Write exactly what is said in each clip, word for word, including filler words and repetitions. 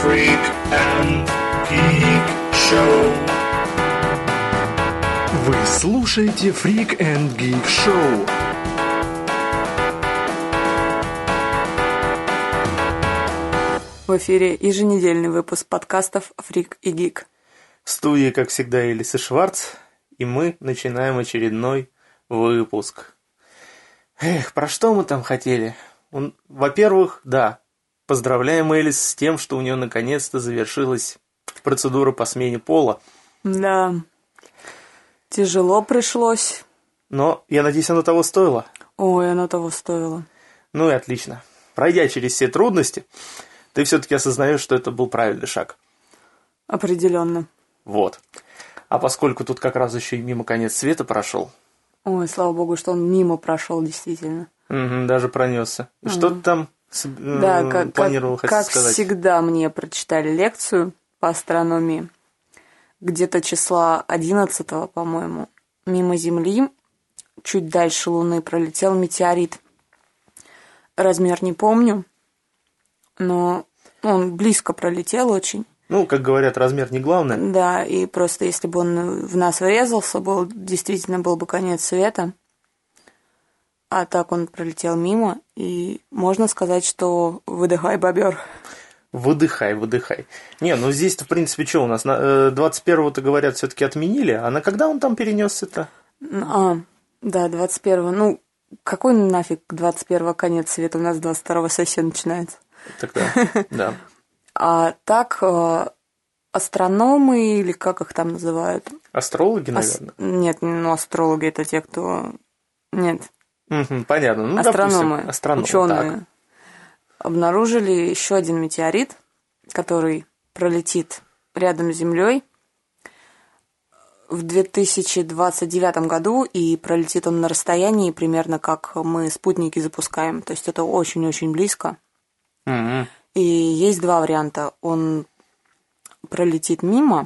Freak and Geek Show. Вы слушаете Freak and Geek Show. В эфире еженедельный выпуск подкастов «Фрик и Гик». В студии, как всегда, Элис и Шварц, и мы начинаем очередной выпуск. Эх, про что мы там хотели? Он, во-первых, да, поздравляем Элис с тем, что у нее наконец-то завершилась процедура по смене пола. Да, тяжело пришлось. Но, я надеюсь, оно того стоило. Ой, оно того стоило. Ну и отлично. Пройдя через все трудности, ты все-таки осознаешь, что это был правильный шаг. Определенно. Вот. А поскольку тут как раз еще и мимо конец света прошел. Ой, слава богу, что он мимо прошел, действительно. Угу, даже пронесся. Угу. Что ты там да, э, как, планировал, как, хотел как сказать? Как всегда, мне прочитали лекцию по астрономии. Где-то числа одиннадцатого, по-моему, мимо Земли, чуть дальше Луны, пролетел метеорит. Размер не помню, но он близко пролетел очень. Ну, как говорят, размер не главное. Да, и просто если бы он в нас врезался, был, действительно был бы конец света. А так он пролетел мимо, и можно сказать, что выдыхай, бобер. Выдыхай, выдыхай. Не, ну здесь-то, в принципе, что у нас? двадцать первого-то, говорят, все-таки отменили. А на когда он там перенесся-то? А, да, двадцать первого. Ну, какой нафиг двадцать первого конец света? У нас двадцать второго сессия начинается. Тогда, да. А так, астрономы, или как их там называют? Астрологи, наверное? Ас... Нет, ну астрологи это те, кто... Нет. Угу, понятно. Ну, астрономы, допустим, астрономы, ученые, так. обнаружили еще один метеорит, который пролетит рядом с Землей в две тысячи двадцать девятом году, и пролетит он на расстоянии примерно как мы спутники запускаем. То есть это очень-очень близко. Угу. И есть два варианта. Он пролетит мимо,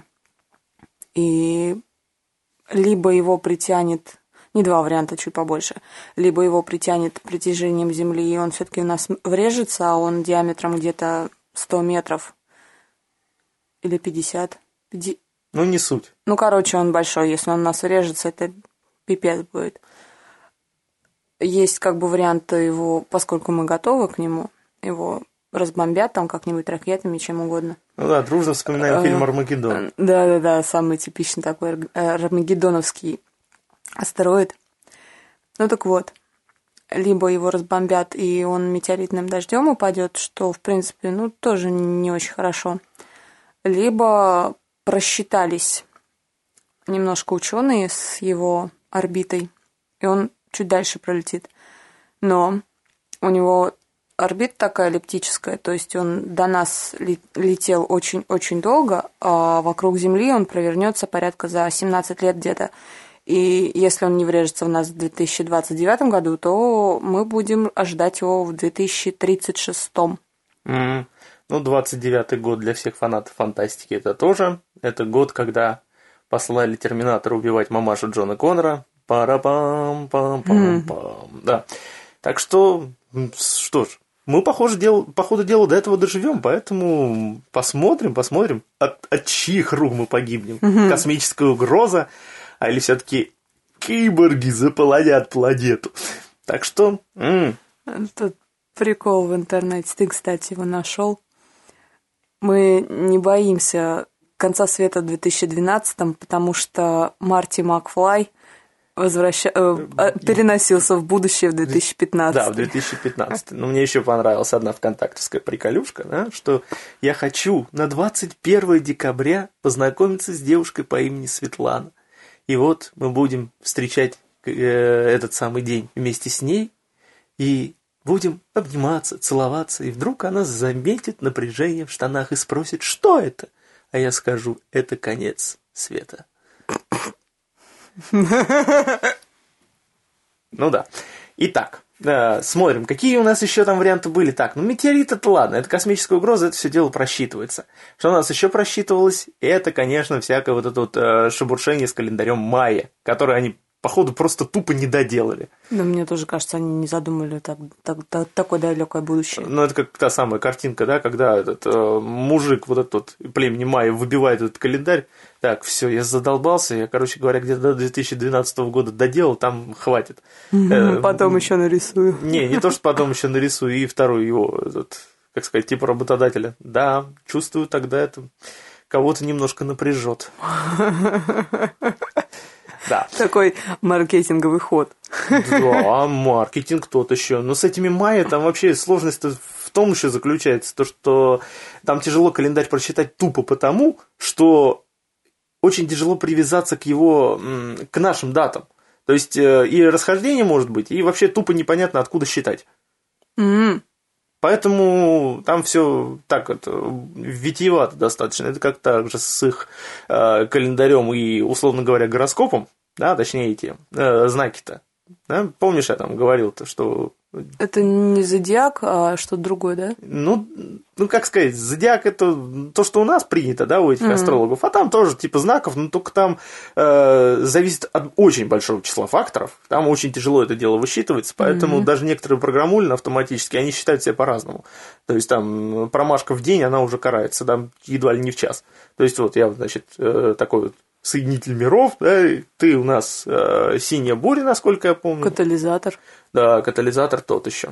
и либо его притянет... Не два варианта, чуть побольше. Либо его притянет притяжением Земли, и он все-таки у нас врежется, а он диаметром где-то сто метров. Или пятьдесят. пятьдесят. Ну, не суть. Ну, короче, он большой. Если он у нас врежется, это пипец будет. Есть как бы варианты его, поскольку мы готовы к нему, его разбомбят там как-нибудь ракетами, чем угодно. Ну да, дружно вспоминаем фильм «Армагеддон». Да-да-да, самый типичный такой армагеддоновский астероид. Ну так вот, либо его разбомбят, и он метеоритным дождем упадет, что, в принципе, ну, тоже не очень хорошо. Либо просчитались немножко ученые с его орбитой, и он чуть дальше пролетит. Но у него орбита такая эллиптическая, то есть он до нас летел очень-очень долго, а вокруг Земли он провернется порядка за семнадцать лет где-то. И если он не врежется в нас в две тысячи двадцать девятом году, то мы будем ожидать его в две тысячи тридцать шестом. Mm-hmm. Ну, двадцать девятый год для всех фанатов фантастики это тоже. Это год, когда послали Терминатора убивать мамашу Джона Коннора. Пара-пам-пам-пам-пам. Mm-hmm. Да. Так что, что ж, мы, похоже, дел, по ходу дела до этого доживем, поэтому посмотрим, посмотрим, от, от чьих рук мы погибнем. Mm-hmm. Космическая угроза. А или все-таки киборги заполонят планету. Так что... М- Тут прикол в интернете. Ты, кстати, его нашел. Мы не боимся конца света в две тысячи двенадцатом, потому что Марти Макфлай возвращ... э, переносился в будущее в две тысячи пятнадцатом. Да, в две тысячи пятнадцатом. Но мне еще понравилась одна вконтактовская приколюшка, да, что я хочу на двадцать первого декабря познакомиться с девушкой по имени Светлана. И вот мы будем встречать э, этот самый день вместе с ней, и будем обниматься, целоваться, и вдруг она заметит напряжение в штанах и спросит, что это? А я скажу, это конец света. Ну да. Итак, э, смотрим, какие у нас еще там варианты были. Так, ну метеорит это ладно, это космическая угроза, это все дело просчитывается. Что у нас еще просчитывалось? Это, конечно, всякое вот это вот э, шебуршение с календарем майя, который они походу, просто тупо не доделали. Да, мне тоже кажется, они не задумали так, так, так, такое далекое будущее. Ну, это как та самая картинка, да, когда этот э, мужик, вот этот вот, племени майя, выбивает этот календарь. Так, все, я задолбался, я, короче говоря, где-то до две тысячи двенадцатого года доделал, там хватит. Потом еще нарисую. Не, не то, что потом еще нарисую, и второй его, этот, как сказать, типа работодателя. Да, чувствую, тогда это кого-то немножко напряжет. Да. Такой маркетинговый ход. Да, маркетинг тот еще. Но с этими майя там вообще сложность в том еще заключается, то, что там тяжело календарь прочитать тупо потому, что очень тяжело привязаться к его, к нашим датам. То есть и расхождение может быть, и вообще тупо непонятно, откуда считать. Mm-hmm. Поэтому там все так вот витиевато достаточно. Это как так же с их э, календарем и, условно говоря, гороскопом, да, точнее эти э, знаки-то. Да? Помнишь, я там говорил-то, что... Это не зодиак, а что-то другое, да? Ну, ну, как сказать, зодиак — это то, что у нас принято, да, у этих mm-hmm. астрологов, а там тоже типа знаков, но только там э, зависит от очень большого числа факторов, там очень тяжело это дело высчитывается, поэтому mm-hmm. даже некоторые программулины автоматически, они считают себя по-разному. То есть там промашка в день, она уже карается, там едва ли не в час. То есть вот я, значит, э, такой вот соединитель миров, да, ты у нас э, синяя буря, насколько я помню. Катализатор. Да, катализатор тот еще.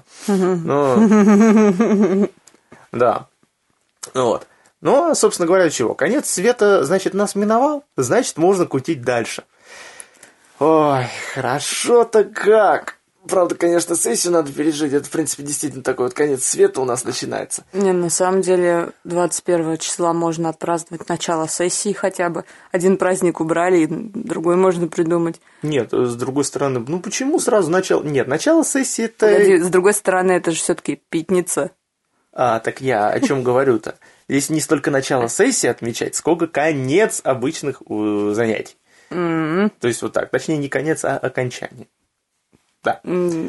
Но... Да. Вот. Ну, а, собственно говоря, чего? Конец света, значит, нас миновал, значит, можно кутить дальше. Ой, хорошо-то как. Правда, конечно, сессию надо пережить. Это, в принципе, действительно такой вот конец света у нас начинается. Не, на самом деле, двадцать первого числа можно отпраздновать начало сессии хотя бы. Один праздник убрали, и другой можно придумать. Нет, с другой стороны, ну почему сразу начало? Нет, начало сессии это... Погоди, с другой стороны, это же все-таки пятница. А, так я о чем говорю-то? Здесь не столько начало сессии отмечать, сколько конец обычных занятий. Mm-hmm. То есть вот так, точнее, не конец, а окончание. Да. Mm.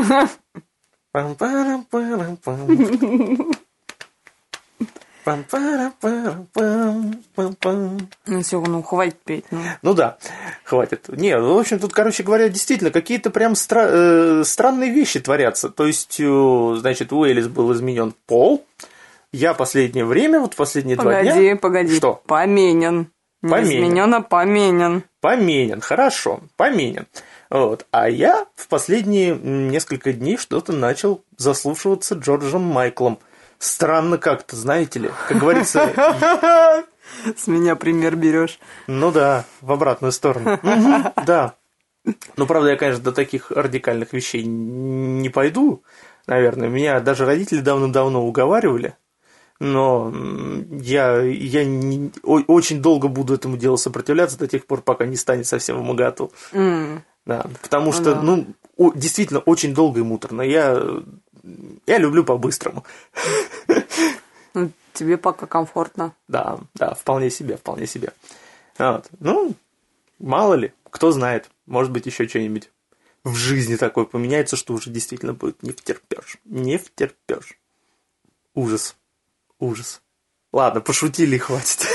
Ну все, ну хватит петь. Ну. ну да, хватит. Не, в общем, тут, короче говоря, действительно, какие-то прям стра- э, странные вещи творятся. То есть, э, значит, у Элис был изменен пол. Я последнее время, вот последние погоди, два дня... Погоди, погоди. Что? Поменен. Не Поменен. изменен, а поменен. Поменен, хорошо, поменен. Вот. А я в последние несколько дней что-то начал заслушиваться Джорджем Майклом. Странно как-то, знаете ли. Как говорится... С меня пример берешь. Ну да, в обратную сторону. Да. Ну, правда, я, конечно, до таких радикальных вещей не пойду, наверное. Меня даже родители давно-давно уговаривали. Но я, я не, очень долго буду этому делу сопротивляться до тех пор, пока не станет совсем вымогату. Mm. Да, потому что, да. ну, о, действительно, очень долго и муторно. Я, я люблю по-быстрому. Ну, тебе пока комфортно. Да, да, вполне себе, вполне себе. Вот. Ну, мало ли, кто знает, может быть, еще что-нибудь в жизни такое поменяется, что уже действительно будет не втерпёшь. Не втерпёшь. Ужас. Ужас. Ладно, пошутили и хватит.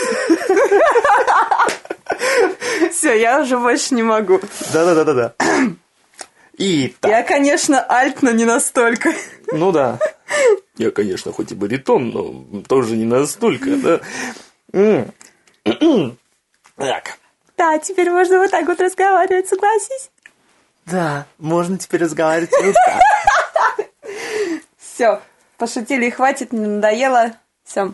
Все, я уже больше не могу. Да-да-да-да-да. И так. Я, конечно, альт, но не настолько. Ну да. Я, конечно, хоть и баритон, но тоже не настолько, да. Так. Да, теперь можно вот так вот разговаривать, согласись? Да, можно теперь разговаривать вот так. Все, пошутили и хватит, мне надоело. Все.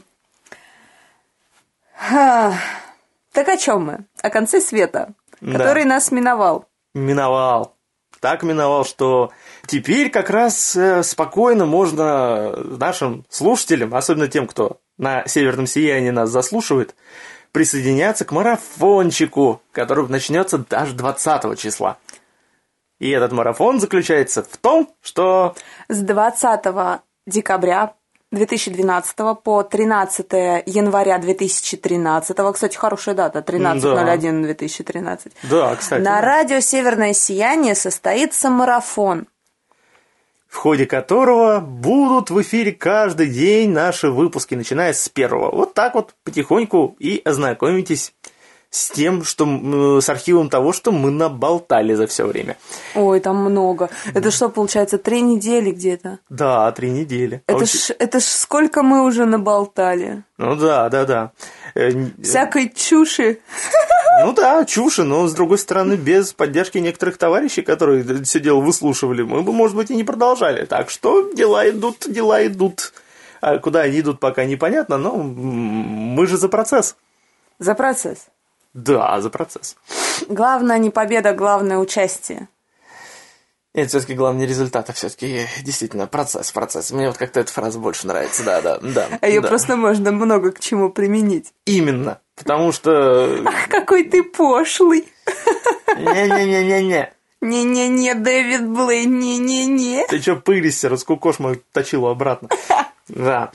Так о чем мы? О конце света, который да. нас миновал. Миновал. Так миновал, что теперь как раз э, спокойно можно нашим слушателям, особенно тем, кто на Северном Сиянии нас заслушивает, присоединяться к марафончику, который начнется даже двадцатого числа. И этот марафон заключается в том, что... С двадцатого декабря две тысячи двенадцатого по тринадцатого января две тысячи тринадцатого, кстати, хорошая дата, тринадцатое ноль один две тысячи тринадцать. Да, кстати. На да. радио «Северное сияние» состоится марафон, в ходе которого будут в эфире каждый день наши выпуски, начиная с первого. Вот так вот потихоньку и ознакомитесь с тем, что с архивом того, что мы наболтали за все время. Ой, там много. Это что, получается, три недели где-то? Да, три недели. Это, Очень... ж, это ж сколько мы уже наболтали. Ну да, да, да. Всякой чуши. Ну да, чуши, но, с другой стороны, без поддержки некоторых товарищей, которые все дело выслушивали, мы бы, может быть, и не продолжали. Так что дела идут, дела идут. А куда они идут, пока непонятно, но мы же за процесс. За процесс. Да, за процесс. Главное не победа, главное участие. Нет, все-таки главное не результат, а все-таки действительно процесс, процесс. Мне вот как-то эта фраза больше нравится, да, да, да. А ее да. просто можно много к чему применить. Именно, потому что... Ах, какой ты пошлый. Не-не-не-не-не. Не-не-не, Дэвид Блейн, не-не-не. Ты чё пылишься, раскукошь мою точилу обратно. Да.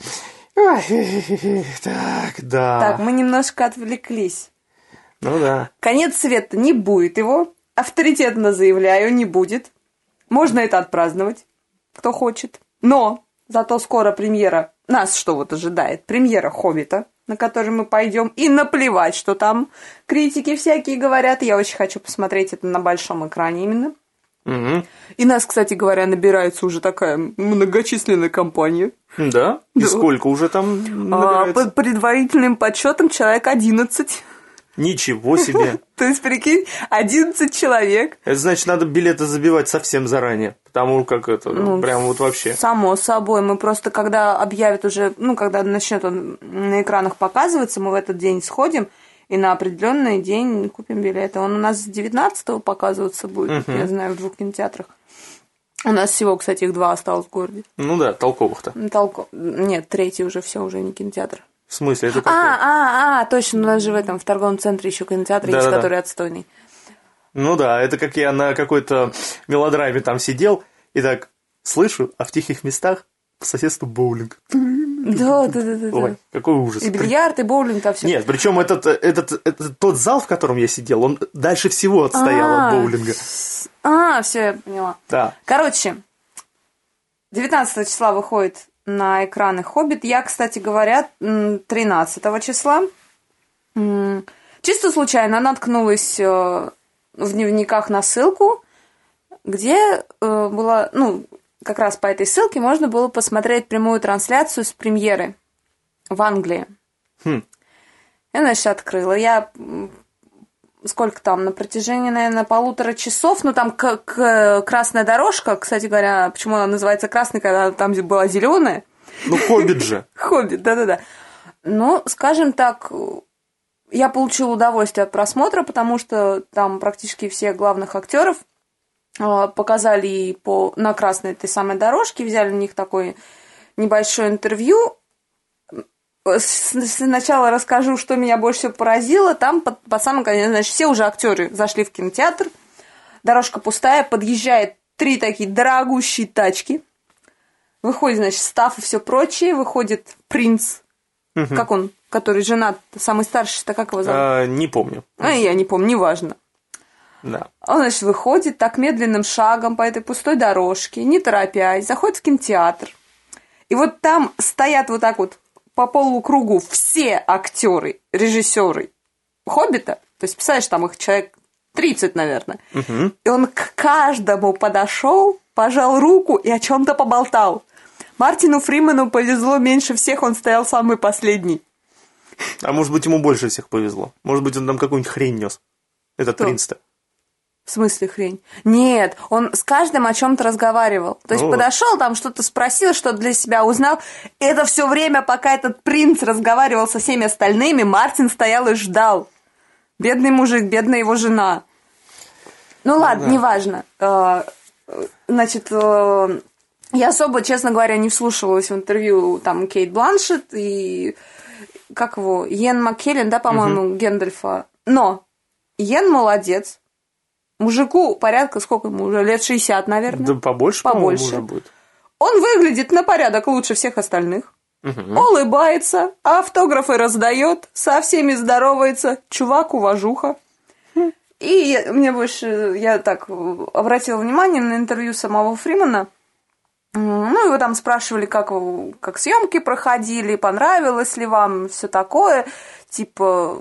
Так, да. Так, мы немножко отвлеклись. Ну да. Конец света не будет его. Авторитетно заявляю, не будет. Можно это отпраздновать, кто хочет. Но зато скоро премьера. Нас что вот ожидает? Премьера «Хоббита», на который мы пойдем. И наплевать, что там критики всякие говорят. Я очень хочу посмотреть это на большом экране именно. Угу. И нас, кстати говоря, набирается уже такая многочисленная компания. Да? И да. Сколько уже там набирается? А, по предварительным подсчетам человек одиннадцать. Ничего себе. То есть, прикинь, одиннадцать человек. Это значит, надо билеты забивать совсем заранее. Потому как это, ну, прям вот вообще. Само собой. Мы просто, когда объявят уже, ну, когда начнет он на экранах показываться, мы в этот день сходим и на определенный день купим билеты. Он у нас с девятнадцатого показываться будет, uh-huh. я знаю, в двух кинотеатрах. У нас всего, кстати, их два осталось в городе. Ну да, толковых-то. Толко... Нет, третий уже все, уже не кинотеатр. В смысле, это какой? А, а, а, точно, у нас же в этом, в торговом центре еще кинотеатр есть, Да-да-да. который отстойный. Ну да, это как я на какой-то мелодраме там сидел, и так слышу, а в тихих местах по соседству боулинг. Да, да, да, да. Ой, какой ужас. И бильярд, и боулинг, там все. Нет, причем этот, этот, этот, тот зал, в котором я сидел, он дальше всего отстоял А, от боулинга. А, все, я поняла. Да. Короче, девятнадцатого числа выходит на экраны «Хоббит». Я, кстати говоря, тринадцатого числа чисто случайно наткнулась в дневниках на ссылку, где было, ну, как раз по этой ссылке можно было посмотреть прямую трансляцию с премьеры в Англии. Хм. Я, значит, открыла. Я сколько там, на протяжении, наверное, полутора часов, ну, там к- к- красная дорожка, кстати говоря, почему она называется красной, когда там была зеленая. Ну, «Хоббит» же. «Хоббит», да-да-да. Ну, скажем так, я получила удовольствие от просмотра, потому что там практически всех главных актеров показали и по, на красной этой самой дорожке, взяли у них такое небольшое интервью. Сначала расскажу, что меня больше всего поразило. Там под, под самым конец, значит, все уже актеры зашли в кинотеатр. Дорожка пустая, подъезжает три такие дорогущие тачки. Выходит, значит, стаф и все прочее. Выходит принц, угу. Как он, который женат, самый старший-то, как его зовут? А, не помню. А, я не помню, неважно. Да. Он, значит, выходит так медленным шагом по этой пустой дорожке, не торопясь, заходит в кинотеатр. И вот там стоят вот так вот по полукругу все актеры, режиссеры «Хоббита». То есть, представляешь, там их человек тридцать, наверное. Угу. И он к каждому подошел, пожал руку и о чем-то поболтал. Мартину Фримену повезло меньше всех, он стоял самый последний. А может быть, ему больше всех повезло? Может быть, он там какую-нибудь хрень нес? Этот Кто? принц-то. В смысле хрень? Нет, он с каждым о чем-то разговаривал. То есть, О. подошел, там что-то спросил, что для себя узнал. Это все время, пока этот принц разговаривал со всеми остальными, Мартин стоял и ждал. Бедный мужик, бедная его жена. Ну ладно, да. Неважно. Значит, я особо, честно говоря, не вслушивалась в интервью там Кейт Бланшетт и как его, Йен Маккеллен, да, по-моему, угу. Гэндальфа. Но Йен молодец. Мужику порядка, сколько ему уже, лет шестьдесят, наверное. Да побольше, побольше. По-моему, уже будет. Он выглядит на порядок лучше всех остальных. Угу. Улыбается, автографы раздает, со всеми здоровается. Чувак, уважуха. Хм. И я, мне больше, я так обратила внимание на интервью самого Фримена. Ну, его там спрашивали, как, как съемки проходили, понравилось ли вам, все такое. Типа,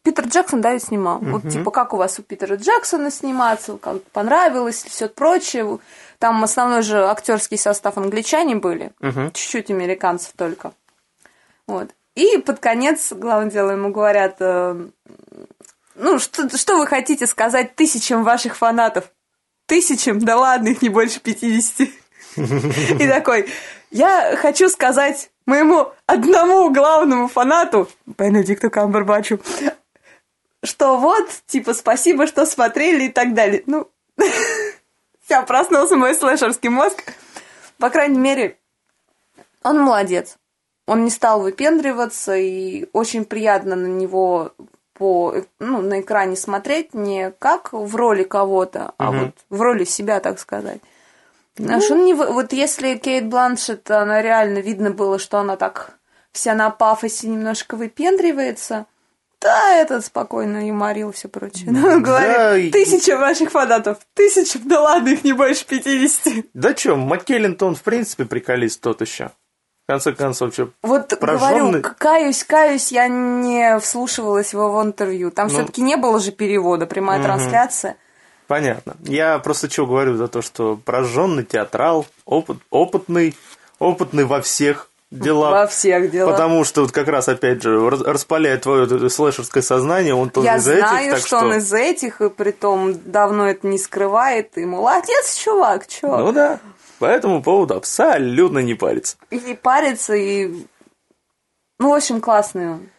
Питер Джексон, да, ведь снимал. Мгм. Вот, типа, как у вас у Питера Джексона сниматься, как понравилось, и все прочее. Там основной же актерский состав англичане были, Мгм. чуть-чуть американцев только. Вот. И под конец, главное дело, ему говорят, э, ну, что, что вы хотите сказать тысячам ваших фанатов? Тысячам? Да ладно, их не больше пятидесяти. И такой, я хочу сказать моему одному главному фанату, Бенедикту Камбербэтчу, что вот, типа, спасибо, что смотрели и так далее. Ну, все, проснулся мой слэшерский мозг. По крайней мере, он молодец. Он не стал выпендриваться, и очень приятно на него по, ну, на экране смотреть не как в роли кого-то, а Мгм. вот в роли себя, так сказать. Знаешь, он не... вы- Вот если Кейт Бланшетт, она реально видно было, что она так вся на пафосе немножко выпендривается, да, этот спокойно юморил, все прочее. Ну, он говорит, и- тысяча ваших фанатов, тысяча, да ладно, их не больше пятидесяти. Да чё, МакКеллен-то он, в принципе, приколист тот еще. В конце концов, что... Вот Прожжённый. говорю, к- каюсь, каюсь, я не вслушивалась в его интервью. Там Ну. все-таки не было же перевода, прямая Мгм. трансляция. Понятно. Я просто что говорю за то, что прожженный театрал, опыт, опытный, опытный во всех делах. Во всех делах. Потому что вот как раз, опять же, раз- распаляет твое вот это слэшерское сознание, он тоже Я из этих, знаю, так что он из этих, и притом давно это не скрывает. И молодец, чувак, чё? Ну да, по этому поводу абсолютно не парится. И не парится, и... Ну, в общем, классный он.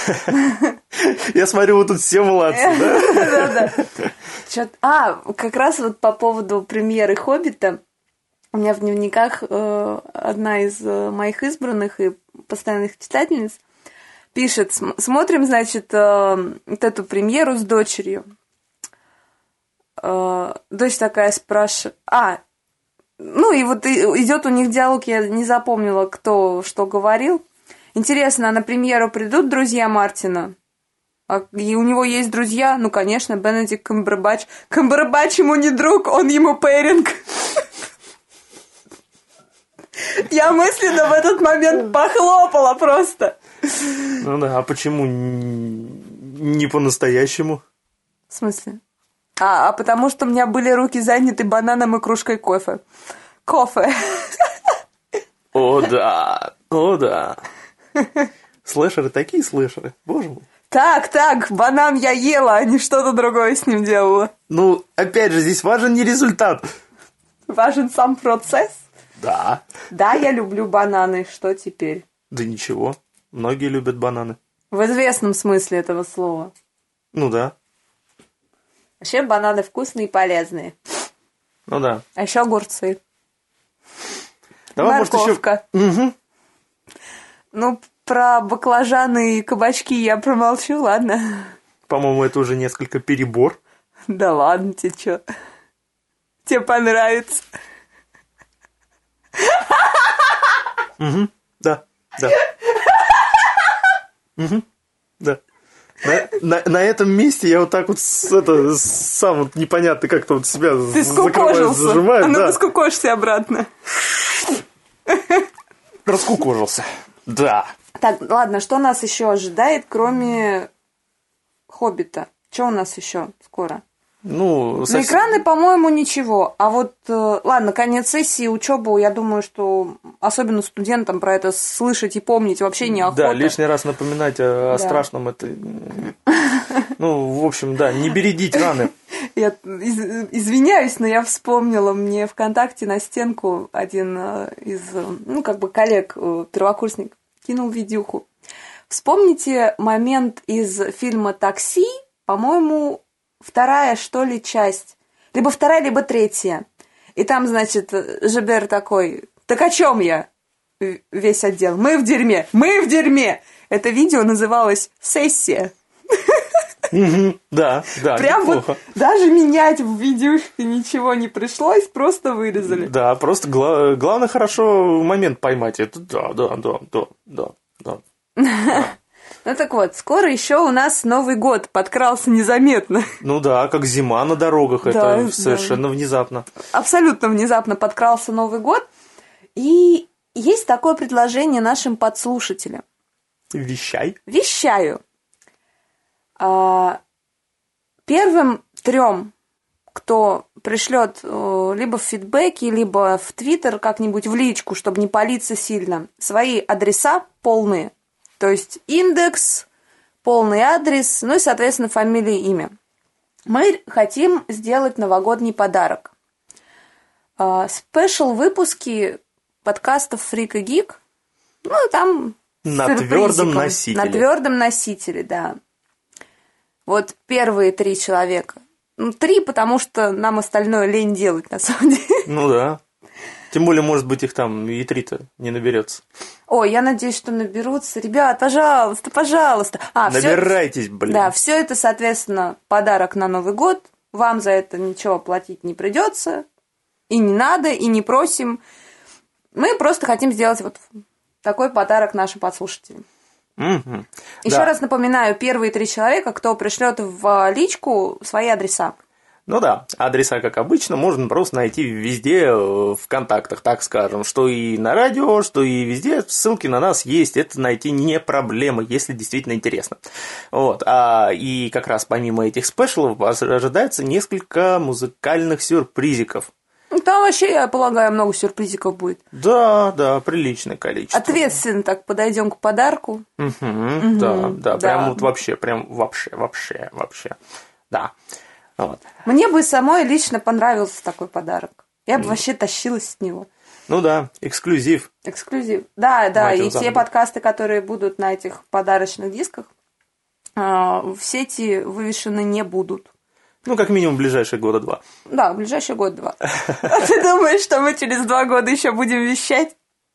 Я смотрю, вы тут все молодцы, да? Да-да. Чё- А, как раз вот по поводу премьеры «Хоббита». У меня в дневниках э, одна из э, моих избранных и постоянных читательниц пишет, см- смотрим, значит, э, вот эту премьеру с дочерью. Э, дочь такая спрашивает... А, ну и вот и- идет у них диалог, я не запомнила, кто что говорил. Интересно, а на премьеру придут друзья Мартина? А, и у него есть друзья? Ну, конечно, Бенедикт Камбербэтч. Камбербэтч ему не друг, он ему пэринг. Я мысленно в этот момент похлопала просто. Ну да, а почему н- не по-настоящему? В смысле? А, а потому что у меня были руки заняты бананом и кружкой кофе. Кофе. О да, о да. Слэшеры такие слэшеры, боже мой. Так, так, банан я ела, а не что-то другое с ним делала. Ну, опять же, здесь важен не результат. Важен сам процесс. Да. Да, я люблю бананы, что теперь? Да ничего, многие любят бананы. В известном смысле этого слова. Ну да, Вообще бананы вкусные и полезные. ну да. А еще огурцы. Давай, может, еще... Морковка. Ну, про баклажаны и кабачки я промолчу, ладно? По-моему, это уже несколько перебор. Да ладно, тебе что? Тебе понравится? Да, да. Мгм, да. На, на- на этом месте я вот так вот с- это, с- сам вот непонятно как-то вот себя Ты закрываю, скукожился. зажимаю. А ну-ка Да, скукожься обратно. раскукожился. Да. Так, ладно, что нас еще ожидает, кроме «Хоббита»? Что у нас еще скоро? Ну, На совсем- экраны, по-моему, ничего. А вот, э, ладно, конец сессии, учебу, я думаю, что особенно студентам про это слышать и помнить вообще неохота. Да, лишний раз напоминать о, о Да. страшном это... Ну, в общем, да, не бередить раны. Я из- извиняюсь, но я вспомнила, мне ВКонтакте на стенку один э, из, э, ну, как бы коллег, э, первокурсник, кинул видюху. Вспомните момент из фильма «Такси», по-моему, вторая, что ли, часть. Либо вторая, либо третья. И там, значит, Жибер такой, так о чем я? В- Весь отдел. Мы в дерьме, мы в дерьме. Это видео называлось «Сессия». Мгм, Да, да, Прям вот неплохо. даже менять в видюшке ничего не пришлось, просто вырезали. Да, просто гла- главное хорошо момент поймать. Это да, да, да, да, да, да. Ну так вот, скоро еще у нас Новый год подкрался незаметно. Ну да, как зима на дорогах, Да, это да. совершенно внезапно. Абсолютно внезапно подкрался Новый год. И есть такое предложение нашим подслушателям. Вещай. Вещаю. А, первым трем, кто пришлет либо в фидбэки, либо в Твиттер как-нибудь в личку, чтобы не палиться сильно, свои адреса полные, то есть индекс, полный адрес, ну и, соответственно, фамилия и имя. Мы хотим сделать новогодний подарок. Спешл-выпуски подкастов Фрик и Гик, ну, там на твердом носителе. На твердом носителе, да. Вот первые три человека. Ну, три, потому что нам остальное лень делать, на самом деле. Ну да. Тем более, может быть, их там и три-то не наберется. Ой, я надеюсь, что наберутся. Ребят, пожалуйста, пожалуйста. А, Набирайтесь, всё... блин. Да, все это, соответственно, подарок на Новый год. Вам за это ничего платить не придется. И не надо, и не просим. Мы просто хотим сделать вот такой подарок нашим подслушателям. Угу. Еще Да. раз напоминаю, первые три человека, кто пришлет в личку свои адреса. Ну да, адреса, как обычно, можно просто найти везде в контактах, так скажем, что и на радио, что и везде ссылки на нас есть, это найти не проблема, если действительно интересно. Вот, а, и как раз помимо этих спешалов ожидается несколько музыкальных сюрпризиков. Ну, там вообще, я полагаю, много сюрпризиков будет. Да, да, приличное количество. Ответственно так подойдем к подарку. Угу, Угу, да, да, да. прям вот вообще, прям вообще, вообще, вообще, да. Вот. Мне бы самой лично понравился такой подарок. Я бы mm. вообще тащилась с него. Ну да, эксклюзив. Эксклюзив. Да, да, Мать и его те забыл. подкасты, которые будут на этих подарочных дисках, в сети вывешены не будут. Ну, как минимум, в ближайшие года два. Да, в ближайший год-два. А ты думаешь, что мы через два года еще будем вещать?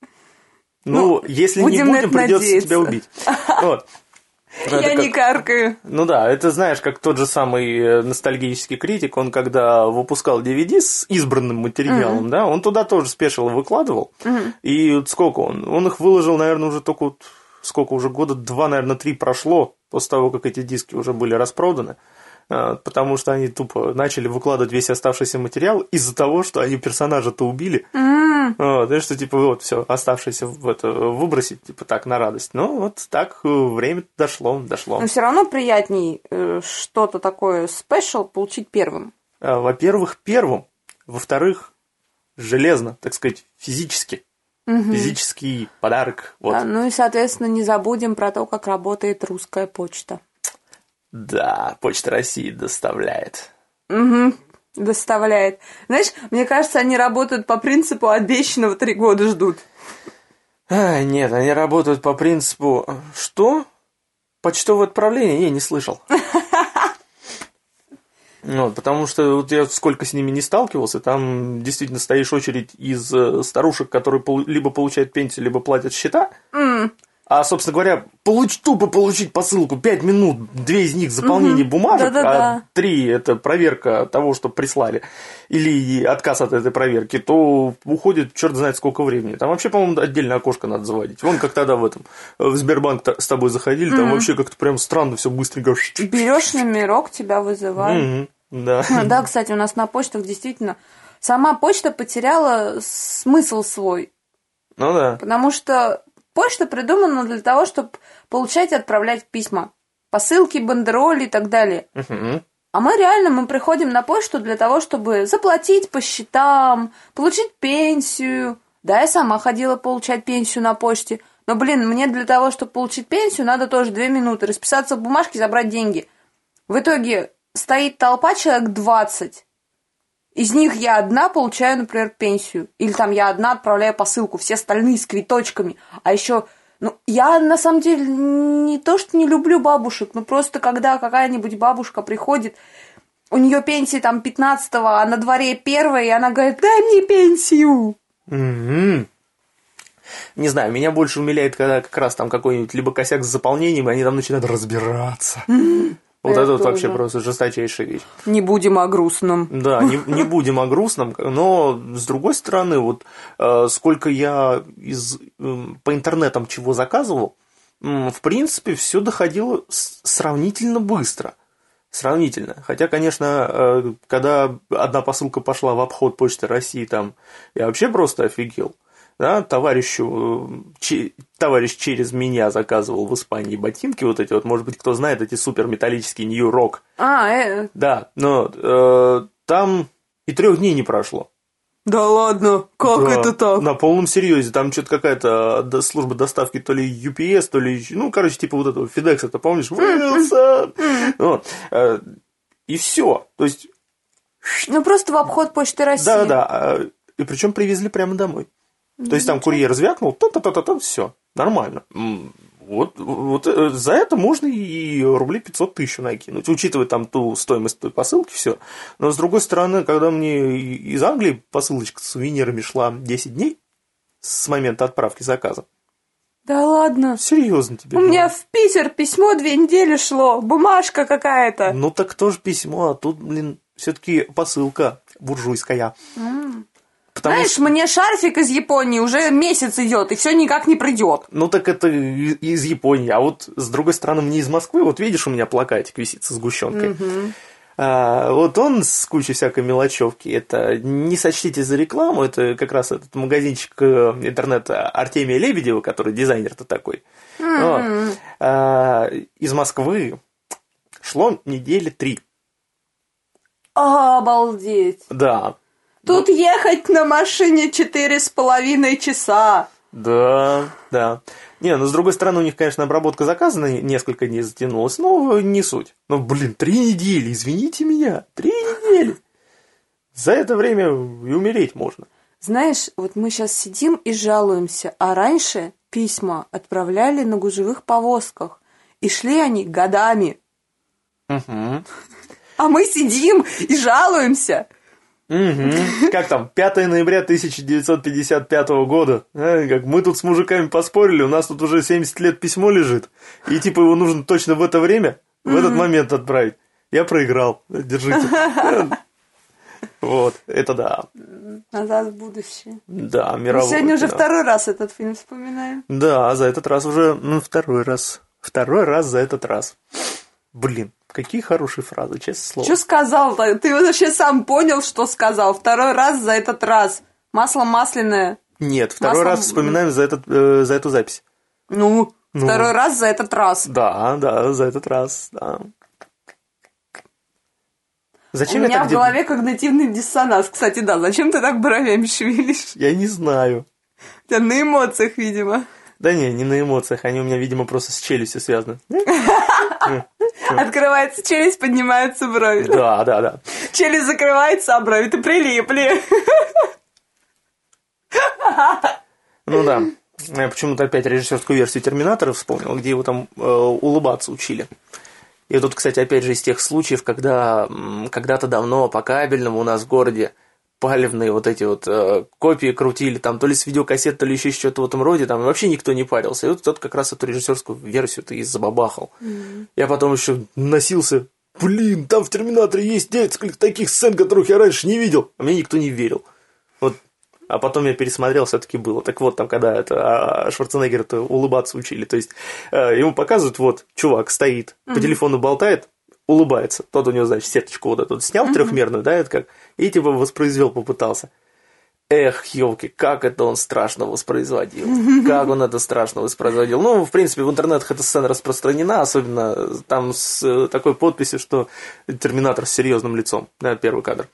Ну, если не будем, придется тебя убить. Вот. Я не каркаю. Ну да, это знаешь, как тот же самый ностальгический критик, он когда выпускал ди ви ди с избранным материалом, да, он туда тоже спешил выкладывал. И вот сколько он? Он их выложил, наверное, уже только вот сколько уже года два, наверное, три прошло после того, как эти диски уже были распроданы. Потому что они тупо начали выкладывать весь оставшийся материал из-за того, что они персонажа-то убили. Mm. Вот, и что, типа, вот, все, оставшееся в это выбросить, типа, так, на радость. Ну, вот так время дошло, дошло. Но все равно приятней э, что-то такое спешл получить первым. Во-первых, первым. Во-вторых, железно, так сказать, физически. Mm-hmm. Физический подарок. Вот. Да, ну и, соответственно, не забудем про то, как работает русская почта. Да, Почта России доставляет. Угу, доставляет. Знаешь, мне кажется, они работают по принципу обещанного три года ждут. А, нет, они работают по принципу... Что? Почтовое отправление? Я не слышал. Ну, потому что вот я сколько с ними не сталкивался, там действительно стоишь очередь из старушек, которые либо получают пенсию, либо платят счета. Mm. А, собственно говоря, получ, тупо получить посылку пять минут, две из них заполнение угу. бумажек, Да-да-да. а три это проверка того, что прислали, или отказ от этой проверки, то уходит черт знает сколько времени. Там вообще, по-моему, отдельное окошко надо заводить. Вон как тогда в этом, в Сбербанк с тобой заходили, там угу. вообще как-то прям странно все быстренько. Берешь номерок, тебя вызывают. Угу. Да. Да, кстати, у нас на почтах действительно сама почта потеряла смысл свой. Ну да. Потому что почта придумана для того, чтобы получать и отправлять письма, посылки, бандероли и так далее. Uh-huh. А мы реально, мы приходим на почту для того, чтобы заплатить по счетам, получить пенсию. Да, я сама ходила получать пенсию на почте. Но, блин, мне для того, чтобы получить пенсию, надо тоже две минуты расписаться в бумажке, забрать деньги. В итоге стоит толпа, человек двадцать. Из них я одна получаю, например, пенсию. Или там я одна отправляю посылку, все остальные с квиточками. А еще, ну, я на самом деле не то, что не люблю бабушек, но просто когда какая-нибудь бабушка приходит, у нее пенсия там пятнадцатого, а на дворе первая, и она говорит, дай мне пенсию. Mm-hmm. Не знаю, меня больше умиляет, когда как раз там какой-нибудь либо косяк с заполнением, и они там начинают разбираться. Mm-hmm. Вот это, это вот вообще просто жесточайшая вещь. Не будем о грустном. Да, не, не будем о грустном, но с другой стороны, вот э, сколько я из, э, по интернетам чего заказывал, э, в принципе, все доходило с, сравнительно быстро. Сравнительно. Хотя, конечно, э, когда одна посылка пошла в обход Почты России, там я вообще просто офигел. Да, товарищу, че, товарищ через меня заказывал в Испании ботинки, вот эти вот, может быть, кто знает, эти супер металлические New Rock. А, э. Да, но э, там и трех дней не прошло. Да ладно, как Да, это так? на полном серьезе. Там что-то какая-то до- служба доставки, то ли ю пи эс, то ли, ну, короче, типа вот этого FedEx, это помнишь? Wilson! Вот. Э, И все. То есть, Ну, просто в обход Почты России. да-да-да. И причем привезли прямо домой. То есть там курьер звякнул, та-та-та-та-та, все, нормально. М, Вот, вот э, за это можно и рублей пятьсот тысяч накинуть, учитывая там ту стоимость той посылки, все. Но с другой стороны, когда мне и- из Англии посылочка с сувенирами шла десять дней с момента отправки заказа, Да ладно. серьезно тебе У говорю. меня в Питер письмо две недели шло, бумажка какая-то. Ну так тоже письмо, а тут, блин, все-таки посылка буржуйская. Потому Знаешь, что- мне шарфик из Японии уже месяц идет, и все никак не придет. Ну так это и- из Японии, а вот с другой стороны мне из Москвы, вот видишь, у меня плакатик висит со сгущенкой. А, вот он с кучей всякой мелочевки. Это не сочтите за рекламу, это как раз этот магазинчик э, интернета Артемия Лебедева, который дизайнер-то такой. Вот. А, из Москвы шло недели три. Обалдеть. Да. Тут ехать на машине четыре с половиной часа. Да, да. Не, ну с другой стороны, у них, конечно, обработка заказа на несколько дней затянулась, но не суть. Ну, блин, три недели, извините меня, три недели. За это время и умереть можно. Знаешь, вот мы сейчас сидим и жалуемся, а раньше письма отправляли на гужевых повозках, и шли они годами. Угу. А мы сидим и жалуемся. Угу. Как там, пятое ноября тысяча девятьсот пятьдесят пятого года. А, как мы тут с мужиками поспорили, у нас тут уже семьдесят лет письмо лежит. И типа его нужно точно в это время, в этот момент отправить. Я проиграл. Держите. Вот, это да. Назад в будущее. Да, Мы мировой. сегодня уже да. второй раз этот фильм вспоминаем. Да, за этот раз уже, ну, второй раз. Второй раз за этот раз. Блин, какие хорошие фразы, честное слово. Что сказал-то? Ты вообще сам понял, что сказал? Второй раз за этот раз. Масло масляное. Нет, второй Маслом- раз вспоминаем за, этот, э, за эту запись. Ну, Ну. второй раз за этот раз. Да, да, за этот раз, да. Зачем У я меня так в дел- голове когнитивный диссонанс. Кстати, да, зачем ты так бровями шевелишь? Я не знаю. У тебя на эмоциях, видимо. Да не, не на эмоциях, они у меня, видимо, просто с челюстью связаны. Открывается челюсть, поднимаются брови. Да, да, да. Челюсть закрывается, а брови-то прилипли. Ну да. Я почему-то опять режиссерскую версию Терминатора вспомнил, где его там э, улыбаться учили. И тут, кстати, опять же из тех случаев, когда м, когда-то давно по кабельному у нас в городе палевные вот эти вот э, копии крутили, там то ли с видеокассет, то ли еще что-то в этом роде, там вообще никто не парился. И вот тот как раз эту режиссерскую версию-то и забабахал. Mm-hmm. Я потом еще носился, блин, там в Терминаторе есть несколько таких сцен, которых я раньше не видел. А мне никто не верил. Вот. А потом я пересмотрел, все-таки было. Так вот, там, когда это Шварценеггера-то улыбаться учили, то есть э, ему показывают, вот, чувак стоит, mm-hmm. по телефону болтает, улыбается. Тот у него, значит, сеточку вот эту вот снял mm-hmm. трехмерную, да, это как, и типа воспроизвел, попытался. Эх, елки, как это он страшно воспроизводил. Mm-hmm. Как он это страшно воспроизводил. Ну, в принципе, в интернетах эта сцена распространена, особенно там с такой подписью, что Терминатор с серьезным лицом, да, первый кадр.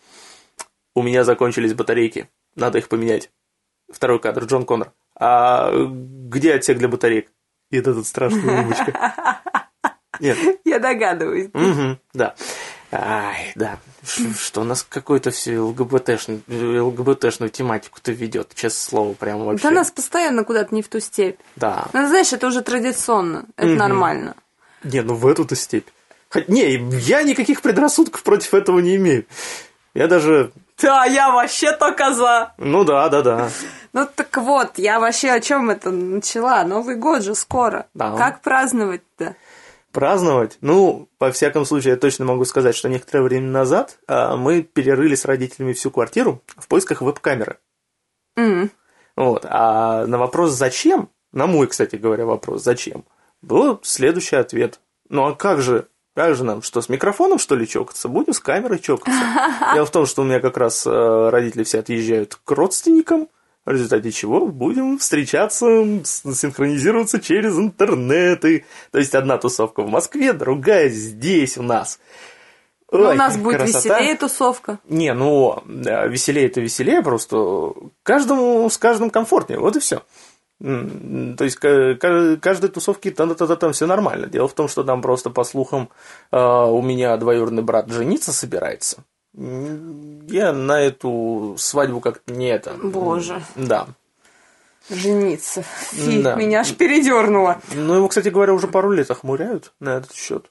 У меня закончились батарейки. Надо их поменять. Второй кадр, Джон Коннор. А где отсек для батареек? И вот эта страшная улыбочка. Нет. Я догадываюсь. Угу, да. Ай, да. Ш- что у нас какой-то все ЛГБТшную, ЛГБТшную тематику-то ведет, честное слово, прям вообще. Да нас постоянно куда-то не в ту степь. Да. Ну, знаешь, это уже традиционно. Это Мгм. нормально. Не, ну в эту-то степь. Хоть, не, я никаких предрассудков против этого не имею. Я даже... Да, я вообще-то коза. Ну да, да, да. Ну так вот, я вообще о чем это начала? Новый год же скоро. Да. Как праздновать-то? Праздновать? Ну, во всяком случае, я точно могу сказать, что некоторое время назад а, мы перерыли с родителями всю квартиру в поисках веб-камеры. М. Вот. А на вопрос «зачем?», на мой, кстати говоря, вопрос «зачем?», был следующий ответ. Ну а как же, как же нам, что, с микрофоном, что ли, чокаться? Будем с камерой чокаться. Дело в том, что у меня как раз э, родители все отъезжают к родственникам, В результате чего будем встречаться, синхронизироваться через интернеты. То есть одна тусовка в Москве, другая здесь у нас. Ну, Ой, у нас будет красота. веселее тусовка. Не, ну, да, веселее это веселее, просто каждому с каждым комфортнее, вот и все. То есть каждой тусовке там, там, там все нормально. Дело в том, что там просто, по слухам, у меня двоюродный брат жениться собирается. Я на эту свадьбу как-то не это. Боже. Да. Жениться. Фи, Да. меня аж передернуло. Ну, его, кстати говоря, уже пару лет охмуряют на этот счет.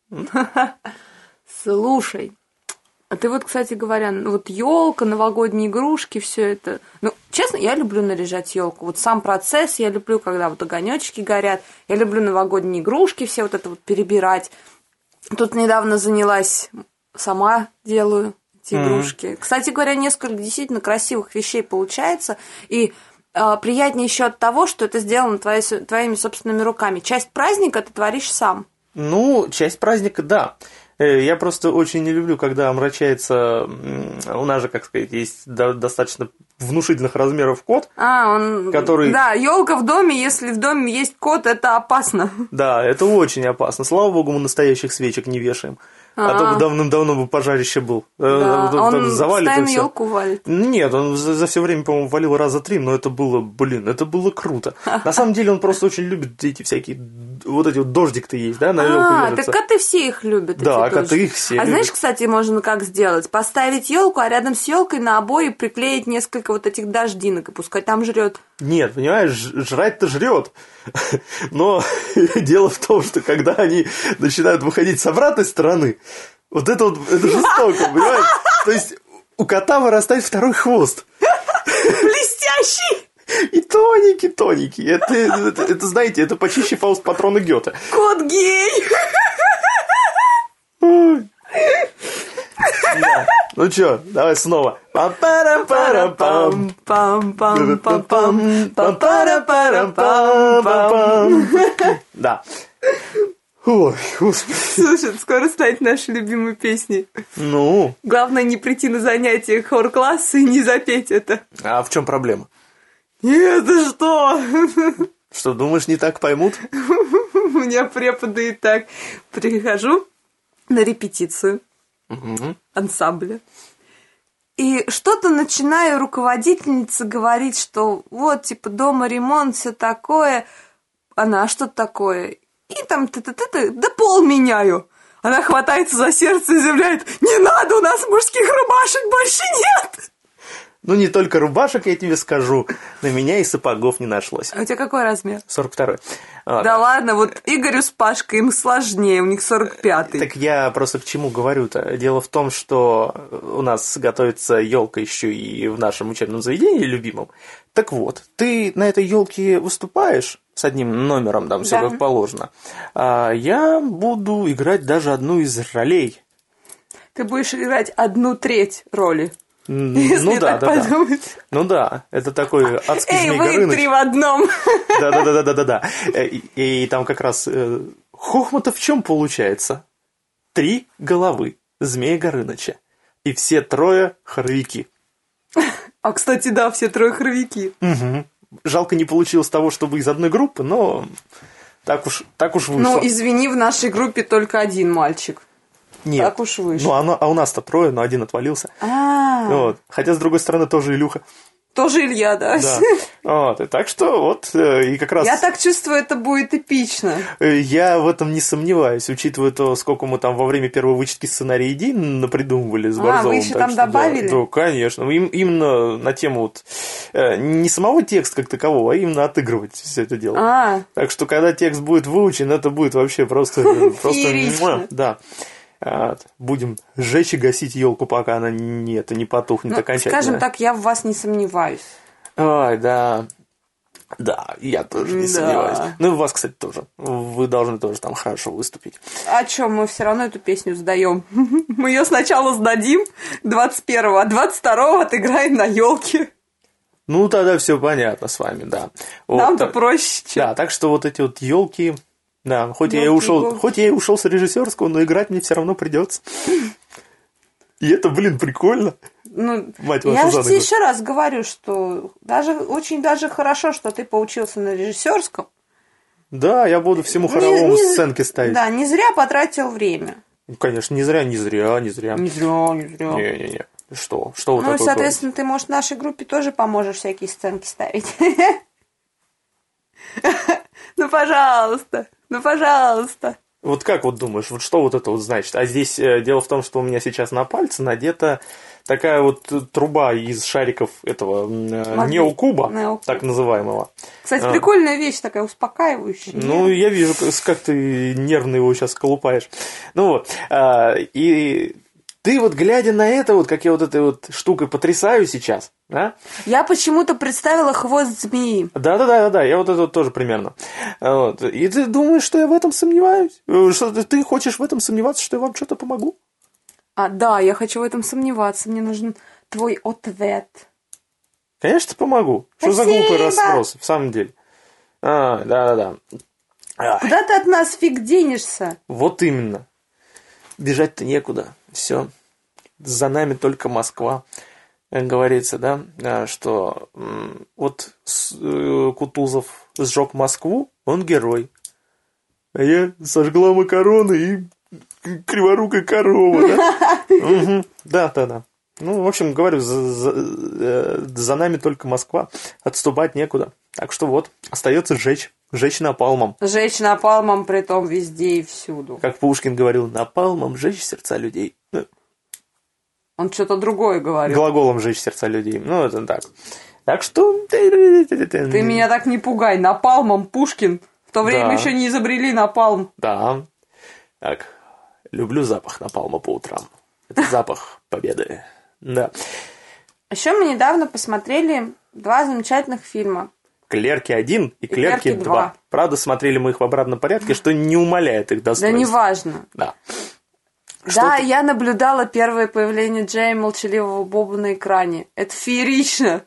Слушай, а ты вот, кстати говоря, вот елка, новогодние игрушки, все это. Ну, честно, я люблю наряжать елку. Вот сам процесс я люблю, когда вот огонечки горят. Я люблю новогодние игрушки, все вот это вот перебирать. Тут недавно занялась, сама делаю эти mm-hmm. игрушки. Кстати говоря, несколько действительно красивых вещей получается. И э, приятнее еще от того, что это сделано твои, твоими собственными руками. Часть праздника ты творишь сам. Ну, часть праздника, да. Я просто очень не люблю, когда омрачается, у нас же, как сказать, есть достаточно внушительных размеров кот, а, он... который... Да, елка в доме, если в доме есть кот, это опасно. Да, это очень опасно. Слава богу, мы настоящих свечек не вешаем. А, а то бы давным-давно бы пожарище был. Да. Он, он постоянно елку валит. Нет, он за, за все время, по-моему, валил раза три, но это было, блин, это было круто. На самом деле он просто очень любит эти всякие, вот эти вот дождик-то есть, да, на елку А, вяжется. так коты все их любят. Да, коты их все А любят. знаешь, кстати, можно как сделать? Поставить елку, а рядом с елкой на обои приклеить несколько вот этих дождинок, и пускай там жрет. Нет, понимаешь, жрать-то жрет. Но дело в том, что когда они начинают выходить с обратной стороны, вот это вот, это жестоко, понимаешь? То есть у кота вырастает второй хвост. Блестящий! И тоненький-тоненький. Это, это, это, знаете, это почище Фауст патрона Гёте. Кот гей! Да. Ну чё, давай снова. Пам-парам-парам-пам. Пам-пам-пам-пам. Пам-парам-парам-пам. Да. Ой, господи. Слушай, скоро станет нашей любимой песней. Ну? Главное не прийти на занятия хор-класса и не запеть это. А в чем проблема? Нет, ты что? Что, думаешь, не так поймут? У меня преподы и так. Прихожу на репетицию угу. ансамбля. И что-то начинаю руководительница говорить, что вот, типа, дома ремонт, все такое. Она, а что такое? И там ты-ты-ты-ты, да пол меняю. Она хватается за сердце и заявляет: не надо, у нас мужских рубашек больше нет. Ну, не только рубашек, я тебе скажу. На меня и сапогов не нашлось. А у тебя какой размер? сорок второй. А, да, да ладно, вот Игорю с Пашкой им сложнее, у них сорок пятый. Так я просто к чему говорю-то? Дело в том, что у нас готовится елка еще и в нашем учебном заведении любимом. Так вот, ты на этой елке выступаешь с одним номером, там все да. как положено. А я буду играть даже одну из ролей. Ты будешь играть одну треть роли. Если ну да, да, да. Ну да, это такой адский Эй, Змей вы Горыныч. три в одном. Да, да, да, да, да, да. И, и там как раз э, хохма-то в чем получается? Три головы Змея Горыныча. И все трое хоровики. А, кстати, да, все трое хоровики. Угу. Жалко, не получилось того, чтобы из одной группы, но так уж, так уж вышло. Ну, извини, в нашей группе только один мальчик. Нет. Так уж вышло. Ну, оно, а у нас-то трое, но один отвалился. А-а-а. Вот. Хотя, с другой стороны, тоже Илюха. Тоже Илья, да. Да. Вот. И так что вот, и как раз... Я так чувствую, это будет эпично. Я в этом не сомневаюсь, учитывая то, сколько мы там во время первой вычетки сценария идей напридумывали с Борзовым. А, вы еще там что, добавили? Да, да, конечно. Им, именно на тему вот, не самого текста как такового, а именно отыгрывать все это дело. А. Так что, когда текст будет выучен, это будет вообще просто... просто да. Будем сжечь и гасить елку, пока она не, это, не потухнет ну, окончательно. Скажем так, я в вас не сомневаюсь. Ой, да. Да, я тоже не да. сомневаюсь. Ну и у вас, кстати, тоже. Вы должны тоже там хорошо выступить. А что, мы все равно эту песню сдаем. Мы ее сначала сдадим двадцать первого, а двадцать второго отыграем на елке. Ну, тогда все понятно с вами, да. Вот, Нам-то так, проще. Чем... Да, так что вот эти вот елки. Да, хоть я, и ушел, хоть я и ушел с режиссерского, но играть мне все равно придется. И это, блин, прикольно. Ну, Мать я вашу же за тебе ногу. еще раз говорю, что даже очень даже хорошо, что ты поучился на режиссерском. Да, я буду всему Не- хоровому не- сценки ставить. Да, не зря потратил время. Ну, конечно, не зря, не зря, не зря. Не зря, не зря. Не-не-не. Что? Что вы Ну и, такое соответственно, ты, может, нашей группе тоже поможешь всякие сценки ставить. Ну, пожалуйста, ну, пожалуйста. Вот как вот думаешь, вот что вот это вот значит? А здесь э, дело в том, что у меня сейчас на пальце надета такая вот э, труба из шариков этого э, Магнит. неокуба, Неокуб. так называемого. Кстати, А. прикольная вещь такая, успокаивающая. Ну, нет? я вижу, как как ты нервно его сейчас колупаешь. Ну вот, а, и ты вот глядя на это, вот как я вот этой вот штукой потрясаю сейчас, да? Я почему-то представила хвост змеи. Да-да-да-да, я вот это вот тоже примерно. Вот. И ты думаешь, что я в этом сомневаюсь? Что ты- ты хочешь в этом сомневаться, что я вам что-то помогу? А, да, я хочу в этом сомневаться. Мне нужен твой ответ. Конечно, помогу. Что за Спасибо. глупый расспрос, в самом деле? А, да-да-да. А, Куда ты от нас фиг денешься? вот именно. Бежать-то некуда. Все. За нами только Москва. Как говорится, да, а, что м, вот с- э, Кутузов сжег Москву, он герой. А я сожгла макароны и криворукая корова, да? Мгм. Да, да, да. Ну, в общем, говорю, за, за- э, за нами только Москва. Отступать некуда. Так что вот, остается сжечь. Сжечь напалмом. Жечь напалмом, притом везде и всюду. Как Пушкин говорил, напалмом сжечь сердца людей. Ну, Он что-то другое говорил. глаголом сжечь сердца людей. Ну, это так. Так что... Ты Ты меня так не пугай. Напалмом Пушкин. В то время Да. еще не изобрели напалм. Да. Так, люблю запах напалма по утрам. Это запах победы. Да. Еще мы недавно посмотрели два замечательных фильма. Клерки один и Клерки «Клерки два. два». Правда, смотрели мы их в обратном порядке, что не умаляет их Да достоинств. неважно. Да. Да, Что-то- я наблюдала первое появление Джея Молчаливого Боба на экране. Это феерично.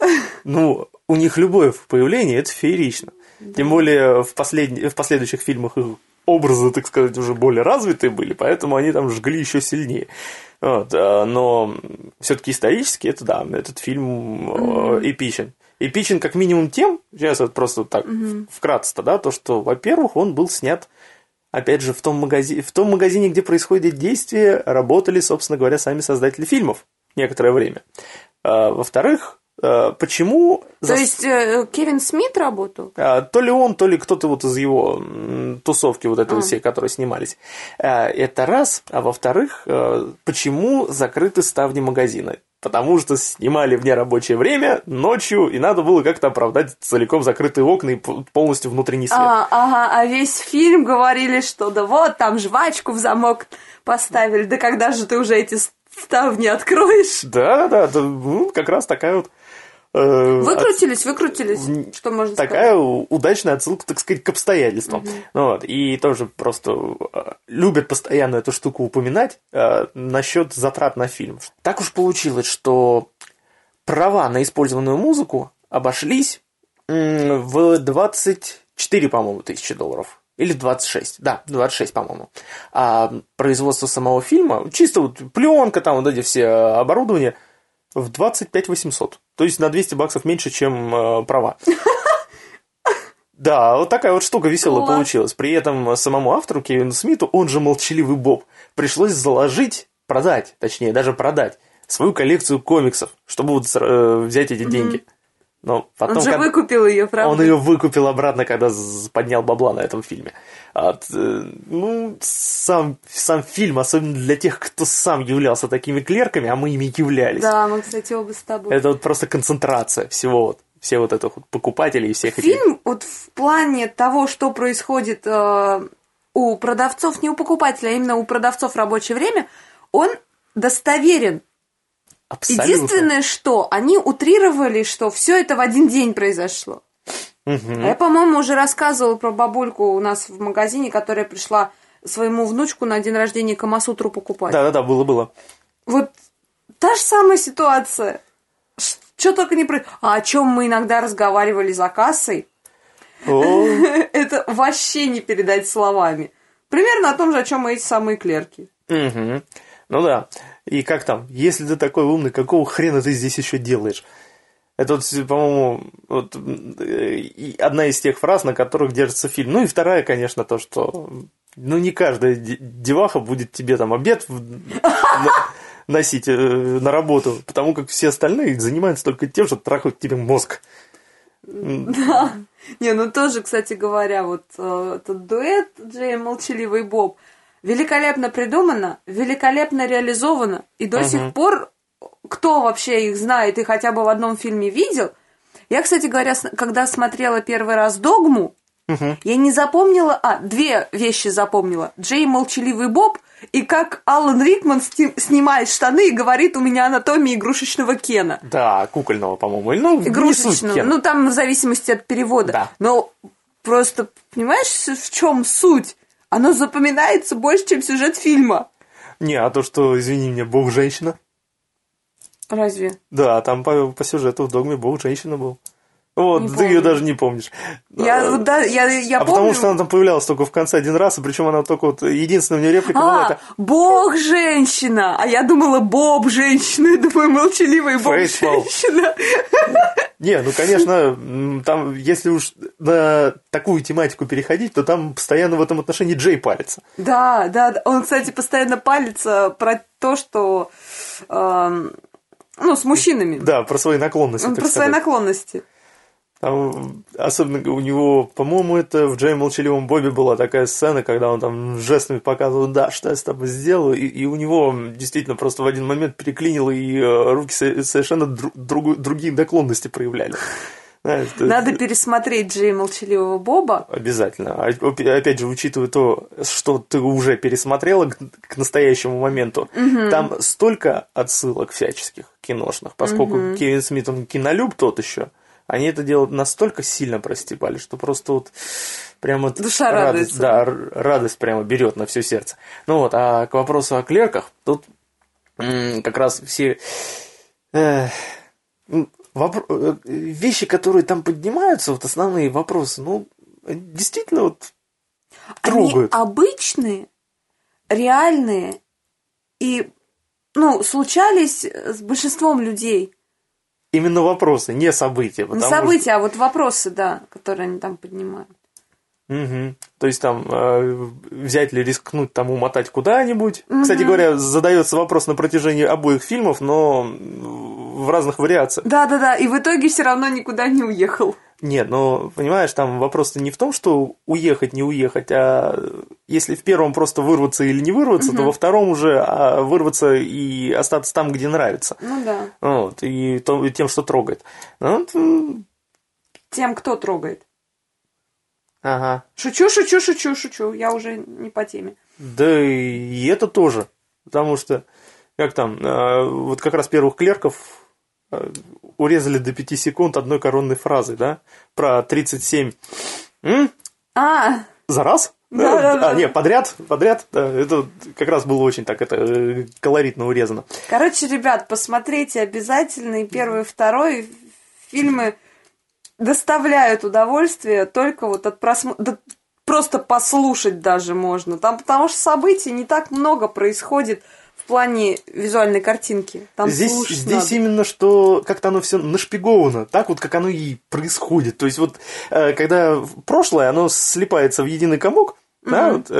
Ну, у них любое появление – это феерично. Тем более в, послед... в последующих фильмах их образы, так сказать, уже более развитые были, поэтому они там жгли еще сильнее. Вот, а, но все-таки исторически это да, этот фильм э, эпичен. Эпичен как минимум тем, сейчас вот просто так вкратце, да, то, что, во-первых, он был снят, опять же, в том, магази... в том магазине, где происходит действие, работали, собственно говоря, сами создатели фильмов некоторое время. А, во-вторых, а, почему... То за- есть э, Кевин Смит работал? а, То ли он, то ли кто-то вот из его м, тусовки, вот этой А. вот всей, которые снимались. А, Это раз. А во-вторых, а, почему закрыты ставни магазина? Потому что снимали в нерабочее время, ночью, и надо было как-то оправдать целиком закрытые окна и п- полностью внутренний свет. А, ага, а весь фильм говорили, что да вот, там жвачку в замок поставили. Да когда же ты уже эти ставни откроешь? Да-да-да, это, ну, как раз такая вот... э, Выкрутились, выкрутились. Что можно такая удачная отсылка, так сказать, к обстоятельствам. Ну вот, и тоже просто э, любят постоянно эту штуку упоминать э, насчет затрат на фильм. Так уж получилось, что права на использованную музыку обошлись м, в двадцать четыре, по-моему, тысячи долларов. Или двадцать шесть, да, двадцать шесть, по-моему. А производство самого фильма, чисто вот пленка, там вот эти все оборудования, в двадцать пять восемьсот. То есть на двести баксов меньше, чем э, права. Да, вот такая вот штука веселая Класс. получилась. При этом самому автору, Кевину Смиту, он же молчаливый Боб, пришлось заложить, продать, точнее, даже продать свою коллекцию комиксов, чтобы вот э, взять эти деньги. Но потом, Он же когда- выкупил ее, правда? он ее выкупил обратно, когда з- поднял бабла на этом фильме. От, э, ну, сам, сам фильм, особенно для тех, кто сам являлся такими клерками, а мы ими являлись. Да, мы, кстати, оба с тобой. Это вот просто концентрация всего вот, все вот этих вот покупателей и всех этих... Фильм вот в плане того, что происходит э, у продавцов, не у покупателя, а именно у продавцов в рабочее время, он достоверен. Абсолютно. Единственное, что они утрировали, что все это в один день произошло. Мгм. А я, по-моему, уже рассказывала про бабульку у нас в магазине, которая пришла своему внучку на день рождения Камасутру покупать. Да-да-да, было-было. Вот та же самая ситуация. Что только не про... А о чем мы иногда разговаривали за кассой, О, это вообще не передать словами. Примерно о том же, о чем и эти самые клерки. мгм. Ну да. И как там, если ты такой умный, какого хрена ты здесь еще делаешь? Это, вот, по-моему, вот, одна из тех фраз, на которых держится фильм. Ну и вторая, конечно, то, что ну не каждая деваха будет тебе там обед носить на работу, потому как все остальные занимаются только тем, что трахают тебе мозг. Да. Не, ну тоже, кстати говоря, вот э, этот дуэт Джей и Молчаливый Боб великолепно придумано, великолепно реализовано, и до uh-huh. сих пор кто вообще их знает и хотя бы в одном фильме видел. Я, кстати говоря, когда смотрела первый раз «Догму», uh-huh. я не запомнила... А, две вещи запомнила. Джей и Молчаливый Боб, и как Алан Рикман сни- снимает штаны и говорит: у меня анатомия игрушечного Кена. Да, кукольного, по-моему. Или, ну, игрушечного. Ну, там в зависимости от перевода. Да. Но просто, понимаешь, в чем суть? Оно запоминается больше, чем сюжет фильма. Не, а то, что, извини меня, Бог женщина. Разве? Да, там по, по сюжету в «Догме» Бог женщина был. Вот, не ты помню. ее даже не помнишь. Я, да, я, я а помню. потому что она там появлялась только в конце один раз, и причем она только вот единственная у нее реплика а, была это... Бог женщина! А я думала, Боб женщина. Я думаю, Молчаливый Боб женщина. Не, ну, конечно, там, если уж на такую тематику переходить, то там постоянно в этом отношении Джей палится. Да, да, он, кстати, постоянно палится про то, что... Э, ну, с мужчинами. Да, про свои наклонности, он так про сказать. свои наклонности. Там, особенно у него, по-моему, это в «Джей и Молчаливом Бобе» была такая сцена, когда он там жестами показывал: да, что я с тобой сделаю, и, и у него действительно просто в один момент переклинило, и э, руки совершенно друг, друг, другие наклонности проявляли. Знаешь, Надо это... пересмотреть «Джей и Молчаливого Боба». Обязательно. Опять же, учитывая то, что ты уже пересмотрела к, к настоящему моменту, угу. там столько отсылок всяческих киношных, поскольку угу. Кевин Смит, он кинолюб тот еще. Они это делают настолько сильно простебали, что просто вот прямо душа радость, да, радость прямо берет на все сердце. Ну вот, а к вопросу о клерках, тут м- как раз все э, вопро- вещи, которые там поднимаются, вот основные вопросы, ну, действительно вот трогают. Они обычные, реальные и, ну, случались с большинством людей. Именно вопросы, не события. Не события, что... а вот вопросы, да, которые они там поднимают. Угу. То есть там э, взять ли, рискнуть там умотать куда-нибудь. Угу. Кстати говоря, задается вопрос на протяжении обоих фильмов, но в разных вариациях. Да-да-да, и в итоге все равно никуда не уехал. Нет, но, понимаешь, там вопрос-то не в том, что уехать, не уехать, а если в первом просто вырваться или не вырваться, угу. то во втором уже а вырваться и остаться там, где нравится. Ну да. Вот, и, то, и тем, что трогает. Ну, тем, кто трогает. Ага. Шучу, шучу, шучу, шучу. Я уже не по теме. Да и это тоже. Потому что, как там, вот как раз первых клерков урезали до пяти секунд одной коронной фразой, да? Про тридцать семь. М? А. За раз? Да, да, а, да. нет, подряд, подряд. Да, это как раз было очень так это колоритно урезано. Короче, ребят, посмотрите обязательно и первый, и второй фильмы доставляют удовольствие только вот от просмотра, да, просто послушать даже можно. Там, потому что событий не так много происходит в плане визуальной картинки. Там здесь здесь надо. Именно что как-то оно все нашпиговано, так вот, как оно и происходит. То есть вот когда прошлое, оно слипается в единый комок, mm-hmm. да, вот,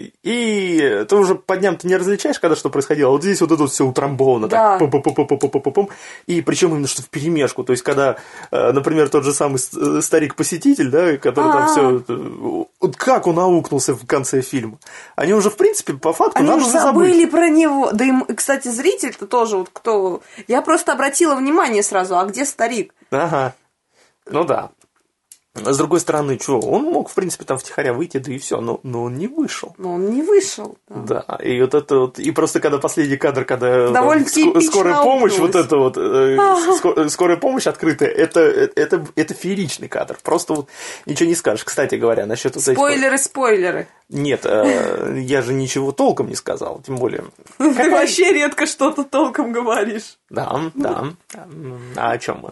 и ты уже по дням ты не различаешь, когда что происходило. А вот здесь вот это вот все утрамбовано, да. так, пум-пум-пум-пум-пум-пум. И причем именно что вперемешку. То есть, когда, например, тот же самый старик-посетитель, да, который А-а-а. там все. Вот как он аукнулся в конце фильма. Они уже, в принципе, по факту Они надо уже забыть. забыли про него. Да и, кстати, зритель-то тоже вот кто. Я просто обратила внимание сразу, а где старик? Ага. Ну да. С другой стороны, что, он мог, в принципе, там втихаря выйти, да и все, но, но он не вышел. Но он не вышел. Да. Да, и вот это вот, и просто когда последний кадр, когда довольно-таки ск- скорая помощь, вот это вот, э, ага. ск- скорая помощь открытая, это, это, это фееричный кадр, просто вот ничего не скажешь. Кстати говоря, насчет... Спойлеры, спойлеры. Нет, э, я же ничего толком не сказал, тем более... Ты вообще редко что-то толком говоришь. Да, да. А о чем мы?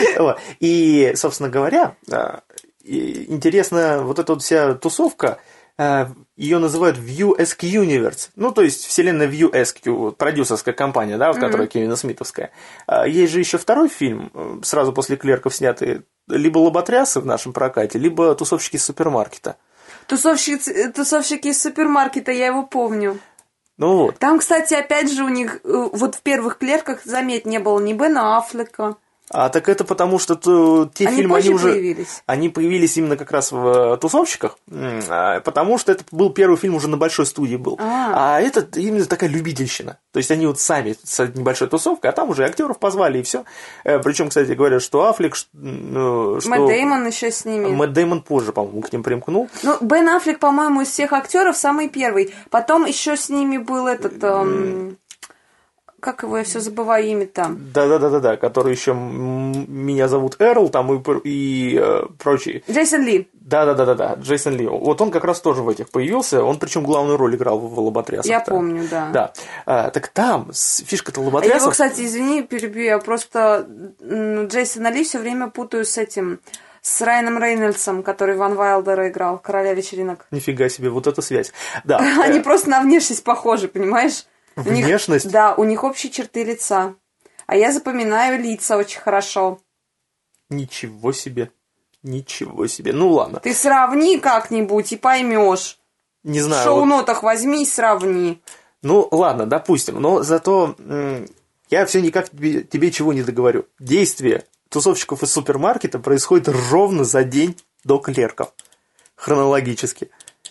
И, собственно говоря, интересна вот эта вот вся тусовка, ее называют View-esque Universe. Ну, то есть вселенная View-esque, продюсерская компания, да, вот, mm-hmm. которая Кевина Смитовская. Есть же еще второй фильм, сразу после «Клерков» снятый, либо «Лоботрясы» в нашем прокате, либо «Тусовщики из супермаркета». Тусовщики, тусовщики из супермаркета, я его помню. Ну вот. Там, кстати, опять же у них, вот в первых «Клерках», заметь, не было ни Бена Аффлека. А так это потому, что то, те они фильмы, они уже появились. Они появились именно как раз в «Тусовщиках», потому что это был первый фильм, уже на большой студии был. А, а это именно такая любительщина. То есть они вот сами с небольшой тусовкой, а там уже актеров позвали и все. Причем, кстати, говорят, что Аффлек, что Мэтт Дэймон еще с ними. Мэтт Дэймон позже, по-моему, к ним примкнул. Ну, Бен Аффлек, по-моему, из всех актеров самый первый. Потом еще с ними был этот. Эм... Как его, я все забываю имя там. Да-да-да-да, который еще «Меня зовут Эрл» там и, и э, прочие. Джейсон Ли. Да-да-да-да, Джейсон Ли. Вот он как раз тоже в этих появился, он причем главную роль играл в «Лоботрясах». Я помню, да. Да. А, так там фишка-то «Лоботрясов». Я его, кстати, извини, перебью, я просто Джейсона Ли все время путаю с этим, с Райаном Рейнольдсом, который Ван Вайлдера играл, «Короля вечеринок». Нифига себе, вот эта связь. Да. Они просто на внешность похожи, понимаешь? Внешность? У них, да, у них общие черты лица. А я запоминаю лица очень хорошо. Ничего себе. Ничего себе. Ну ладно. Ты сравни как-нибудь и поймешь. Не знаю. В шоу-нотах вот... возьми и сравни. Ну ладно, допустим. Но зато м- я все никак тебе, тебе чего не договорю. Действие тусовщиков из супермаркета происходит ровно за день до «Клерков». Хронологически.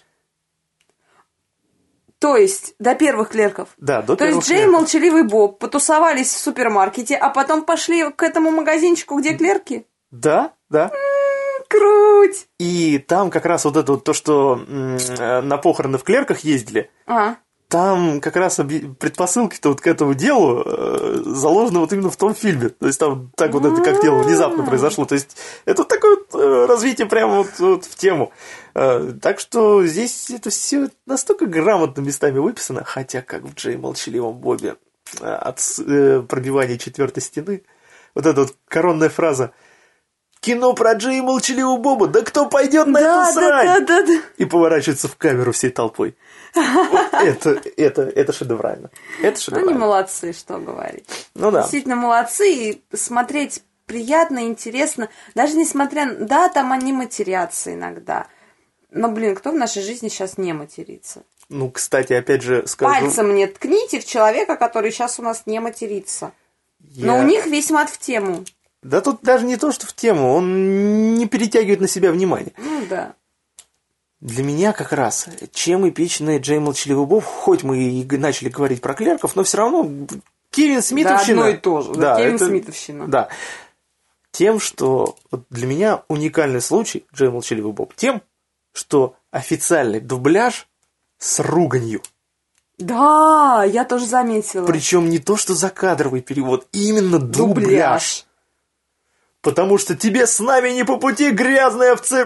То есть, до первых «Клерков». Да, до То первых есть, Джей и молчаливый Боб потусовались в супермаркете, а потом пошли к этому магазинчику, где клерки? Да, да. М-м, круть! И там как раз вот это вот то, что м- на похороны в «Клерках» ездили, а. Там как раз предпосылки-то вот к этому делу э, заложены вот именно в том фильме. То есть там так вот это как дело внезапно произошло. То есть это такое вот э, развитие прямо вот, вот в тему. Э, так что здесь это все настолько грамотно местами выписано, хотя как в «Джей молчаливом Бобе» э, от э, пробивания четвертой стены, вот эта вот коронная фраза: «Кино про Джей молчаливого Боба, да кто пойдет на да, эту срань?» да, да, да, да. И поворачивается в камеру всей толпой. Вот это, это, это шедеврально. Это шедеврально. Они молодцы, что говорить. Ну да. Действительно молодцы, и смотреть приятно, интересно. Даже несмотря... Да, там они матерятся иногда. Но, блин, кто в нашей жизни сейчас не матерится? Ну, кстати, опять же скажу... Пальцем не ткните в человека, который сейчас у нас не матерится. Я... Но у них весь мат в тему. Да тут даже не то, что в тему. Он не перетягивает на себя внимание. Ну да. Для меня как раз, чем эпичный Джей молчаливый Боб, хоть мы и начали говорить про клерков, но все равно Кевин Смитовщина... Да, одно и то же. Да, Кевин это... Смитовщина. Да. Тем, что вот для меня уникальный случай Джей молчаливый Боб, тем, что официальный дубляж с руганью. Да, я тоже заметила. Причем не то, что закадровый перевод, именно дубляж. дубляж. Потому что тебе с нами не по пути, грязные овцы.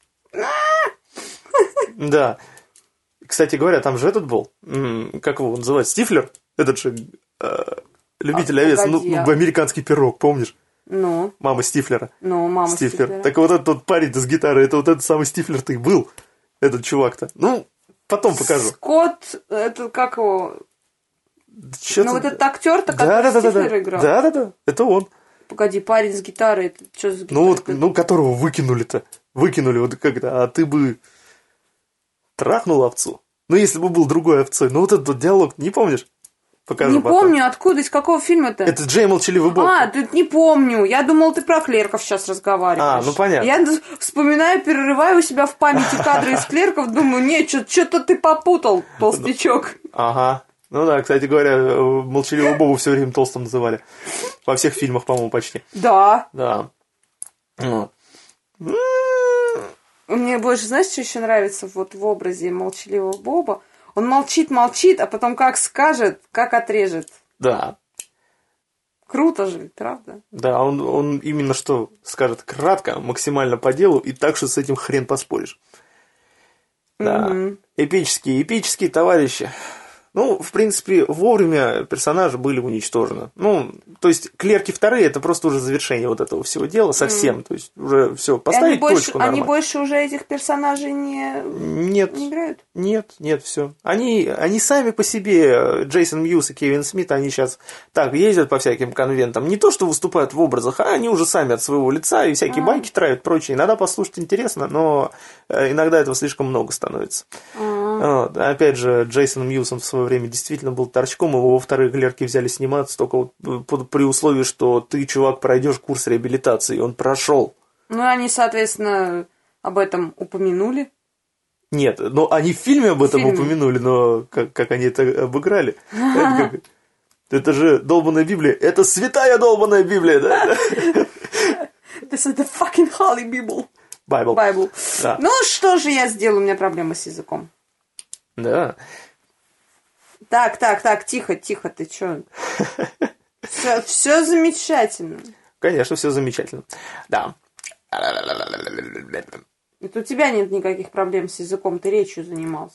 Да. Кстати говоря, там же этот был, как его называют, Стифлер, этот же э, любитель а, овец, ну, ну, американский пирог, помнишь? Ну. Мама Стифлера. Ну, мама Стифлер. Стифлера. Так вот этот вот парень-то с гитарой, это вот этот самый Стифлер-то и был, этот чувак-то. Ну, потом покажу. Скотт, это как его... Что-то... Ну, вот этот актер-то, который да, да, Стифлера да, да. играл. Да-да-да, это он. Погоди, парень с гитарой, это что за гитара? Ну, вот, ну, которого выкинули-то. Выкинули вот когда, а ты бы трахнул овцу. Ну, если бы был другой овцой. Ну, вот этот вот диалог, не помнишь? Покажу не потом. помню, откуда, из какого фильма-то? Это Джей молчаливый Боб. А, ты не помню. Я думал, ты про клерков сейчас разговариваешь. А, ну понятно. Я вспоминаю, перерываю у себя в памяти кадры из клерков, думаю, не, что-то ты попутал, толстячок. Ага. Ну да, кстати говоря, молчаливого Боба все время толстым называли. Во всех фильмах, по-моему, почти. Да. Да. Вот. Мне больше, знаешь, что еще нравится вот в образе молчаливого Боба? Он молчит, молчит, а потом как скажет, как отрежет. Да. Круто же, правда? Да, он, он именно что скажет кратко, максимально по делу, и так, что с этим хрен поспоришь. Да. Угу. Эпические, эпические товарищи. Ну, в принципе, вовремя персонажи были уничтожены. Ну, то есть, клерки вторые это просто уже завершение вот этого всего дела совсем. Mm. То есть, уже все, поставить они точку больше, нормально. Они больше уже этих персонажей не, нет, не играют? Нет, нет, все. Они, они сами по себе, Джейсон Мьюз и Кевин Смит, они сейчас так ездят по всяким конвентам. Не то, что выступают в образах, а они уже сами от своего лица и всякие а. байки травят, прочее. Иногда послушать интересно, но иногда этого слишком много становится. А. Вот. Опять же, Джейсон Мьюз в свое время действительно был торчком, его во вторые клерки взяли сниматься только вот при условии, что ты, чувак, пройдешь курс реабилитации, и он прошел. Ну, они, соответственно, об этом упомянули. Нет, но они в фильме об этом в фильме. упомянули, но как, как они это обыграли. Это, как, это же долбаная Библия. Это святая долбаная Библия, да? This is the fucking holy Bible. Bible. Bible. Да. Ну, что же я сделаю? У меня проблема с языком. Да. Так, так, так, тихо, тихо, ты чё? Все, все замечательно. Конечно, все замечательно. Да. Это у тебя нет никаких проблем с языком, ты речью занимался.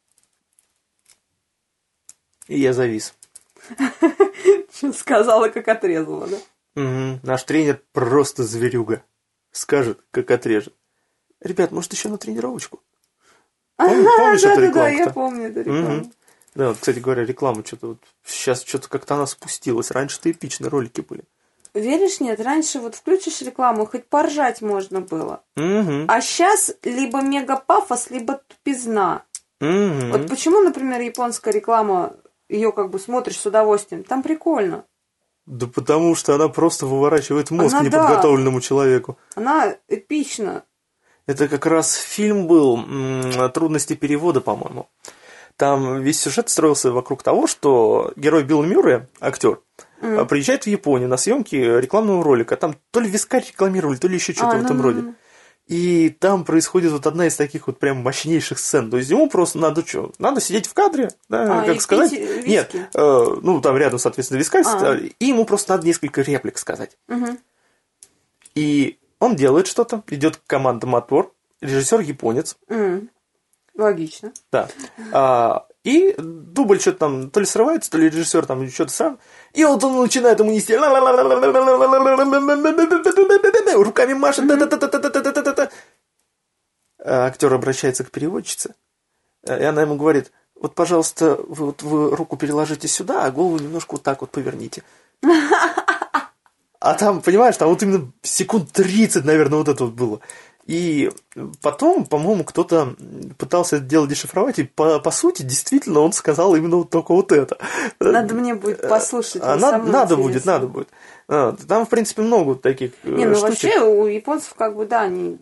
И я завис. Что сказала, как отрезала, да? Угу. Наш тренер просто зверюга. Скажет, как отрежет. Ребят, может, еще на тренировочку? Пом- помнишь да, эту да, рекламу? Да, я помню эту рекламу. Угу. Да, вот, кстати говоря, реклама что-то вот сейчас что-то как-то она спустилась. Раньше-то эпичные ролики были. Веришь, нет? Раньше вот включишь рекламу, хоть поржать можно было. Угу. А сейчас либо мегапафос, либо тупизна. Угу. Вот почему, например, японская реклама, ее как бы смотришь с удовольствием, там прикольно. Да потому что она просто выворачивает мозг она, неподготовленному да. человеку. Она эпична. Это как раз фильм был «Трудности перевода», по-моему. Там весь сюжет строился вокруг того, что герой Билл Мюррей, актер, mm. приезжает в Японию на съемки рекламного ролика. Там то ли вискарь рекламировали, то ли еще что-то а, в этом ну, роде. И там происходит вот одна из таких вот прям мощнейших сцен. То есть ему просто надо что? Надо сидеть в кадре, да, а, как сказать. Виски? Нет, э, ну там рядом, соответственно, вискарь, а. и ему просто надо несколько реплик сказать. Угу. И он делает что-то, идет к командам отбор, режиссер японец. Mm. Логично. Да. А, и дубль что-то там то ли срывается, то ли режиссер там что-то сам. И вот он начинает ему нести. Руками машет. Актер обращается к переводчице. И она ему говорит: вот, пожалуйста, вы, вот, вы руку переложите сюда, а голову немножко вот так вот поверните. А там, понимаешь, там вот именно секунд тридцать, наверное, вот это вот было. И потом, по-моему, кто-то пытался это дело дешифровать, и по, по сути, действительно, он сказал именно вот только вот это. Надо мне будет послушать. А, надо, надо будет, надо будет. А, там, в принципе, много таких Не, ну штучек. вообще у японцев, как бы, да, они,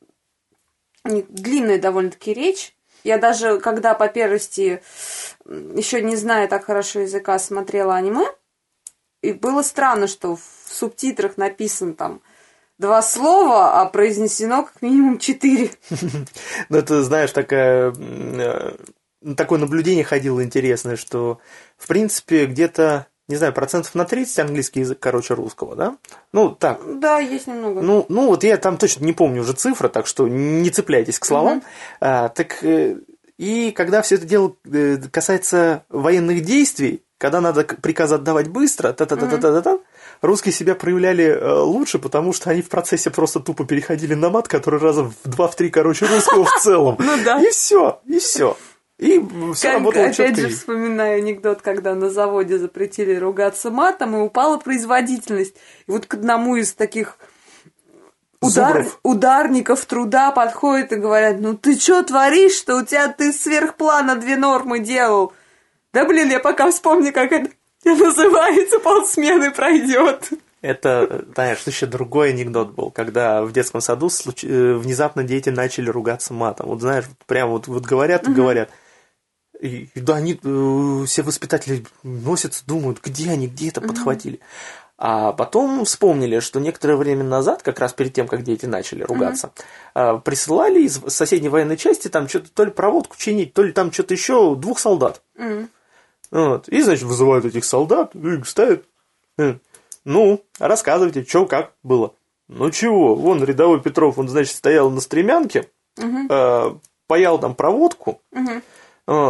они длинная довольно-таки речь. Я даже, когда по первости, еще не зная так хорошо языка, смотрела аниме, и было странно, что в субтитрах написано там два слова, а произнесено как минимум четыре. Ну, это, знаешь, такая, такое наблюдение ходило интересное, что, в принципе, где-то, не знаю, процентов на тридцать английский язык короче русского, да? Ну, так. Да, есть немного. Ну, ну вот я там точно не помню уже цифры, так что не цепляйтесь к словам. Угу. А, так, и когда все это дело касается военных действий, когда надо приказ отдавать быстро, та-та-та-та-та-та, русские себя проявляли лучше, потому что они в процессе просто тупо переходили на мат, который раза в два-три, короче, русского в целом. Ну да. И все, и все. И все работало четко. Опять же, вспоминаю анекдот, когда на заводе запретили ругаться матом, и упала производительность. И вот к одному из таких удар... ударников труда подходят и говорят: ну ты что творишь, что у тебя ты сверхплана две нормы делал? Да блин, я пока вспомню, как это называется, полсмены пройдет. Это, знаешь, еще другой анекдот был, когда в детском саду случ... внезапно дети начали ругаться матом. Вот знаешь, прям вот, вот говорят и угу. говорят. И, да, они, э, все воспитатели носятся, думают, где они, где это угу. подхватили. А потом вспомнили, что некоторое время назад, как раз перед тем, как дети начали ругаться, mm-hmm. присылали из соседней военной части там что-то то ли проводку чинить, то ли там что-то еще двух солдат. Mm-hmm. Вот. И, значит, вызывают этих солдат, и ставят. Ну, рассказывайте, что как было. Ну чего, вон рядовой Петров, он, значит, стоял на стремянке, mm-hmm. э, паял там проводку, mm-hmm. вот,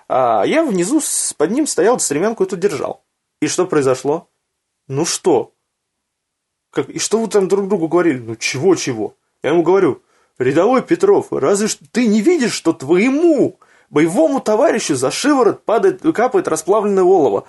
А я внизу с- под ним стоял, стремянку эту держал. И что произошло? Ну что? Как, и что вы там друг другу говорили? Ну чего-чего? Я ему говорю, рядовой Петров, разве ж ты не видишь, что твоему боевому товарищу за шиворот падает, капает расплавленное олово?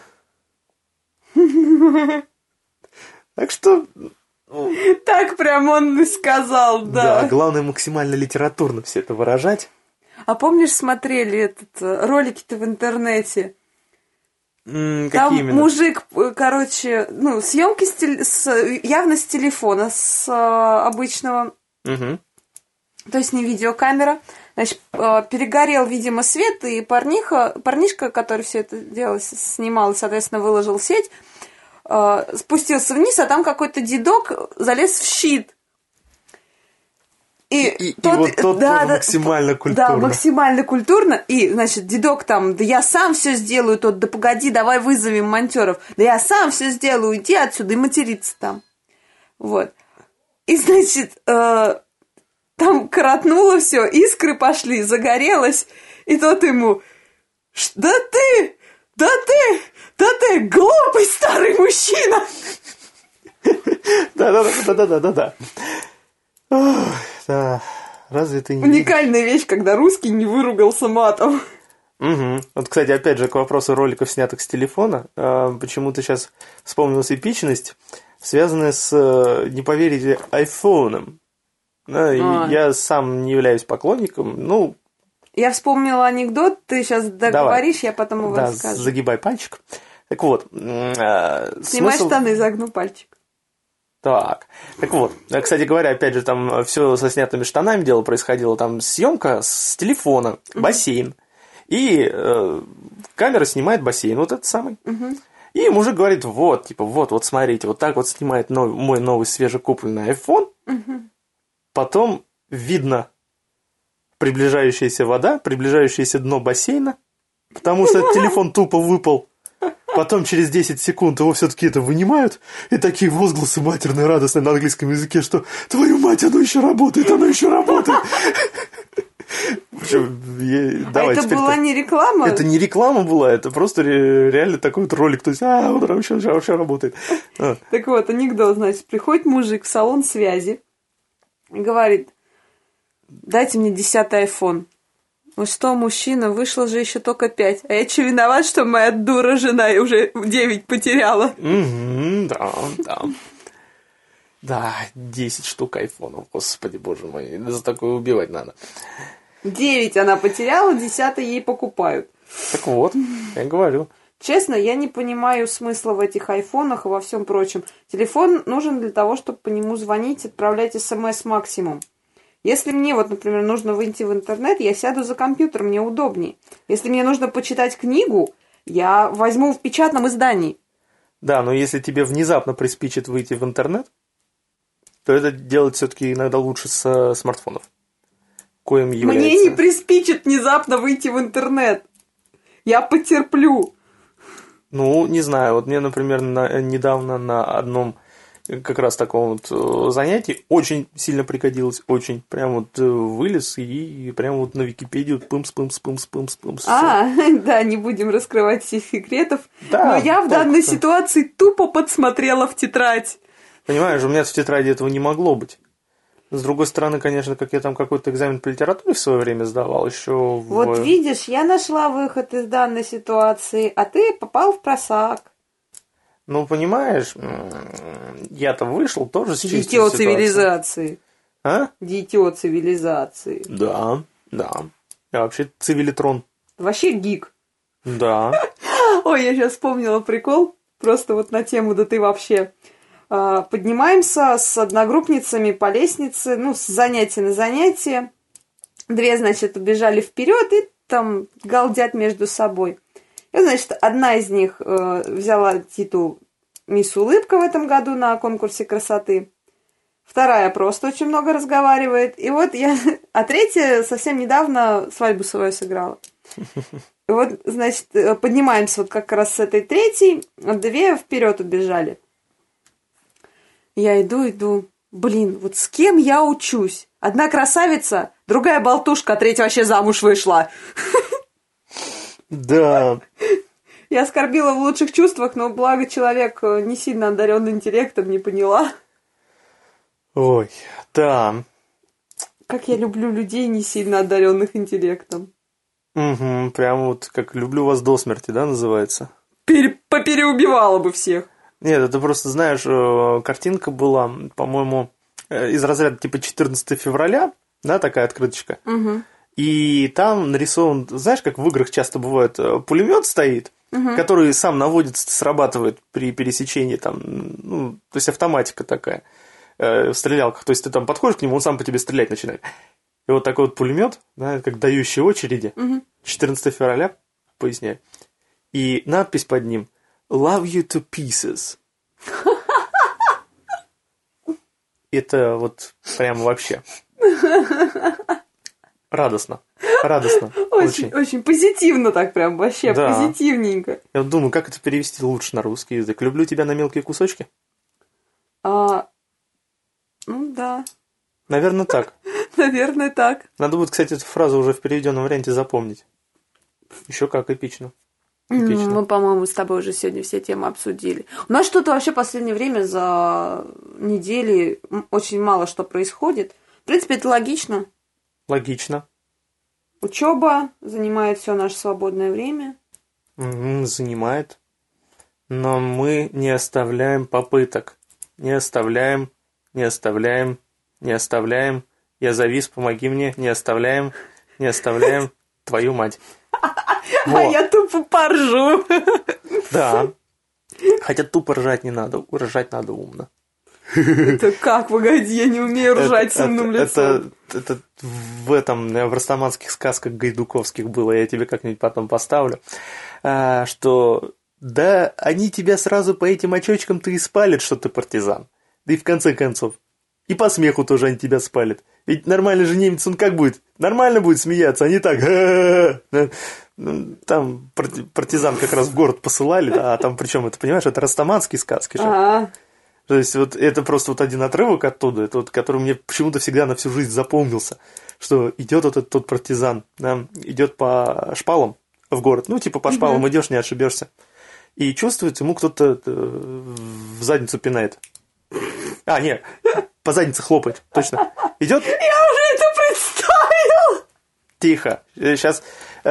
Так что... Так прям он и сказал, Да, да. главное максимально литературно все это выражать. А помнишь, смотрели этот, э, ролики-то в интернете? М, Там какие именно? мужик, э, короче, ну, съемки с теле- с- явно с телефона, с э, обычного, Мгм. то есть не видеокамера. Значит, э, перегорел, видимо, свет, и парниха, парнишка, который все это дело с- снимал и, соответственно, выложил в сеть, э, спустился вниз, а там какой-то дедок залез в щит. И, И- и вот тот тоже максимально культурно. Да, максимально культурно. И, значит, дедок там, да я сам все сделаю, тот, да погоди, давай вызовем монтеров. Да я сам все сделаю, иди отсюда, и материться там. Вот. И, значит, э, там коротнуло все, искры пошли, загорелось. И тот ему, «Ш- да ты, да ты, да ты глупый старый мужчина. Да-да-да-да-да-да-да. Ох, да. Разве ты не видишь? Уникальная вещь, когда русский не выругался матом. Мгм. Вот, кстати, опять же, к вопросу роликов, снятых с телефона, э, почему-то сейчас вспомнилась эпичность, связанная с, э, не поверите, айфоном. Да, и А. я сам не являюсь поклонником, ну, Я вспомнила анекдот, ты сейчас договоришь, я потом его да, расскажу. загибай пальчик. Так вот, м, э, Снимай смысл- штаны, загну пальчик. Так, так вот, э, кстати говоря, опять же, там все со снятыми штанами дело происходило, там съемка с телефона, бассейн, и э, камера снимает бассейн, вот этот самый. И мужик говорит, вот, типа, вот, вот смотрите, вот так вот снимает нов- мой новый свежекупленный iPhone, потом видно приближающаяся вода, приближающееся дно бассейна, потому что этот телефон тупо выпал. Потом через десять секунд его все-таки это вынимают, и такие возгласы матерные, радостные на английском языке, что «Твою мать, оно еще работает, оно еще работает!» Причем, я- А давай это теперь была так. не реклама? Это не реклама была, это просто ре- реально такой вот ролик, то есть «А, вот вообще, вообще работает». А. Так вот, анекдот, значит, приходит мужик в салон связи и говорит, дайте мне десятый айфон. Ну что, мужчина, вышло же еще только пять. А я че виноват, что моя дура жена уже девять потеряла? Мгм, да, да. Да, десять штук айфонов, господи, боже мой, за такое убивать надо. Девять она потеряла, десятый ей покупают. Так вот, я говорю. Честно, я не понимаю смысла в этих айфонах и во всем прочем. Телефон нужен для того, чтобы по нему звонить, отправлять смс максимум. Если мне, вот, например, нужно выйти в интернет, я сяду за компьютер, мне удобнее. Если мне нужно почитать книгу, я возьму в печатном издании. Да, но если тебе внезапно приспичит выйти в интернет, то это делать все-таки иногда лучше с э, смартфонов, коим является... Мне не приспичит внезапно выйти в интернет. Я потерплю. Ну, не знаю, вот мне, например, на- недавно на одном как раз таком вот э, занятии очень сильно пригодилось, очень. Прям вот э, вылез и прям вот на Википедию пымс-пымс-пымс-пымс-пымс. А, да, не будем раскрывать всех секретов. Да, но я в только- данной ситуации тупо подсмотрела в тетрадь. Понимаешь, у меня в тетради этого не могло быть. С другой стороны, конечно, как я там какой-то экзамен по литературе в свое время сдавал, еще в... Вот видишь, я нашла выход из данной ситуации, а ты попал в просак. Ну, понимаешь, м, я-то вышел тоже с честью Дитё из ситуации. цивилизации. А? Дитё цивилизации. Да, да. Я вообще цивилитрон. Вообще гик. Да. Ой, я сейчас вспомнила прикол. Просто вот на тему, да ты вообще. А, Поднимаемся с одногруппницами по лестнице, ну, с занятия на занятие. Две, значит, убежали вперед и там галдят между собой. И, значит, одна из них э, взяла титул «Мисс Улыбка» в этом году на конкурсе красоты. Вторая просто очень много разговаривает. И вот я... А третья совсем недавно свадьбу свою сыграла. И вот, значит, поднимаемся вот как раз с этой третьей. Две вперед убежали. Я иду, иду. Блин, вот с кем я учусь? Одна красавица, другая болтушка, а третья вообще замуж вышла. Да. Я оскорбила в лучших чувствах, но благо человек не сильно одарен интеллектом, не поняла. Ой, да. Как я люблю людей, не сильно одаренных интеллектом. Угу, прям вот как «люблю вас до смерти», да, называется? Пере- попереубивала бы всех. Нет, это просто, знаешь, э, картинка была, по-моему, э, из разряда типа четырнадцатого февраля, да, такая открыточка. Угу. И там нарисован, знаешь, как в играх часто бывает, пулемет стоит, Угу. который сам наводится, срабатывает при пересечении, там, ну, то есть автоматика такая э, в стрелялках. То есть ты там подходишь к нему, он сам по тебе стрелять начинает. И вот такой вот пулемет, да, как дающий очереди, Угу. четырнадцатого февраля, поясняю. И надпись под ним «Love you to pieces». Это вот прям вообще радостно. Радостно. Очень, Очень. очень позитивно так прям, вообще Да. позитивненько. Я вот думаю, как это перевести лучше на русский язык. «Люблю тебя на мелкие кусочки». А, ну да, Наверное, так. наверное, так. Надо будет, кстати, эту фразу уже в переведенном варианте запомнить. Еще как эпично. Эпично. Мы, по-моему, с тобой уже сегодня все темы обсудили. У нас что-то вообще в последнее время за недели м, очень мало что происходит. В принципе, это логично. Логично. Учеба занимает все наше свободное время. М, Занимает. Но мы не оставляем попыток. Не оставляем, не оставляем, не оставляем. Я завис, помоги мне. Не оставляем, не оставляем. Твою мать. А Во. я тупо поржу. Да. Хотя тупо ржать не надо. Ржать надо умно. Это как, погоди, я не умею ржать с Это- умным это- лицом. Это, это в этом, в растаманских сказках гайдуковских было, я тебе как-нибудь потом поставлю, а, что да, они тебя сразу по этим очочкам-то и спалят, что ты партизан. Да и в конце концов. И по смеху тоже они тебя спалят. Ведь нормальный же немец, он как будет? Нормально будет смеяться, а не так. «Ха-ха-ха». Ну, там парти- партизан как раз в город посылали, да, а там причем это, понимаешь, это растаманские сказки же. А, То есть вот это просто вот один отрывок оттуда, это вот, который мне почему-то всегда на всю жизнь запомнился, что идет вот этот тот партизан, да, идет по шпалам в город, ну типа по шпалам идешь, не ошибешься, и чувствует, ему кто-то э, в задницу пинает. А, нет, по заднице хлопает, точно. Идет, я уже это представил! тихо, сейчас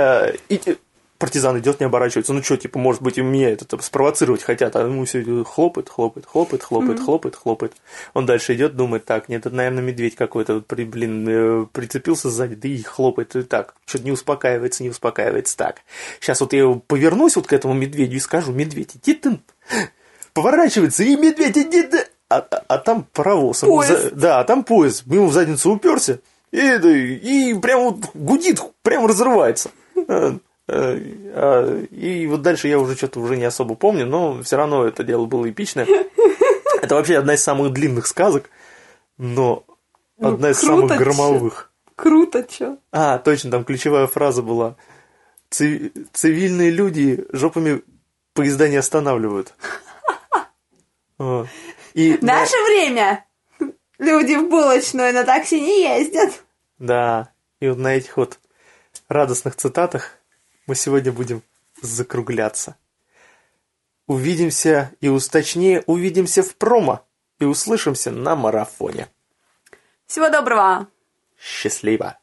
партизан идет, не оборачивается. Ну что, типа, может быть, и меня это там, спровоцировать хотят, а ему все хлопает, хлопает, хлопает, хлопает, Мгм. хлопает, хлопает. Он дальше идет, думает, так, нет, это, наверное, медведь какой-то, вот, при- блин, э, прицепился сзади, да и хлопает, и так, что-то не успокаивается, не успокаивается, так. Сейчас вот я его повернусь вот к этому медведю и скажу, медведь, иди ты, поворачивается, и медведь, иди ты, а, а, а там паровоз. ему Поезд. за- Да, а там поезд, ему в задницу уперся, и, да, и прям вот гудит, прям разрывается. А, а, а, И вот дальше я уже что-то уже не особо помню, но все равно это дело было эпичное. Это вообще одна из самых длинных сказок, но Ну, одна из круто самых чё. громовых. Круто, чё. А, точно, там ключевая фраза была. «Ци- Цивильные люди жопами поезда не останавливают». Вот. И В наше время люди в булочную на такси не ездят. Да, и вот на этих вот радостных цитатах мы сегодня будем закругляться. Увидимся, и уж точнее увидимся в промо, и услышимся на марафоне. Всего доброго. Счастливо!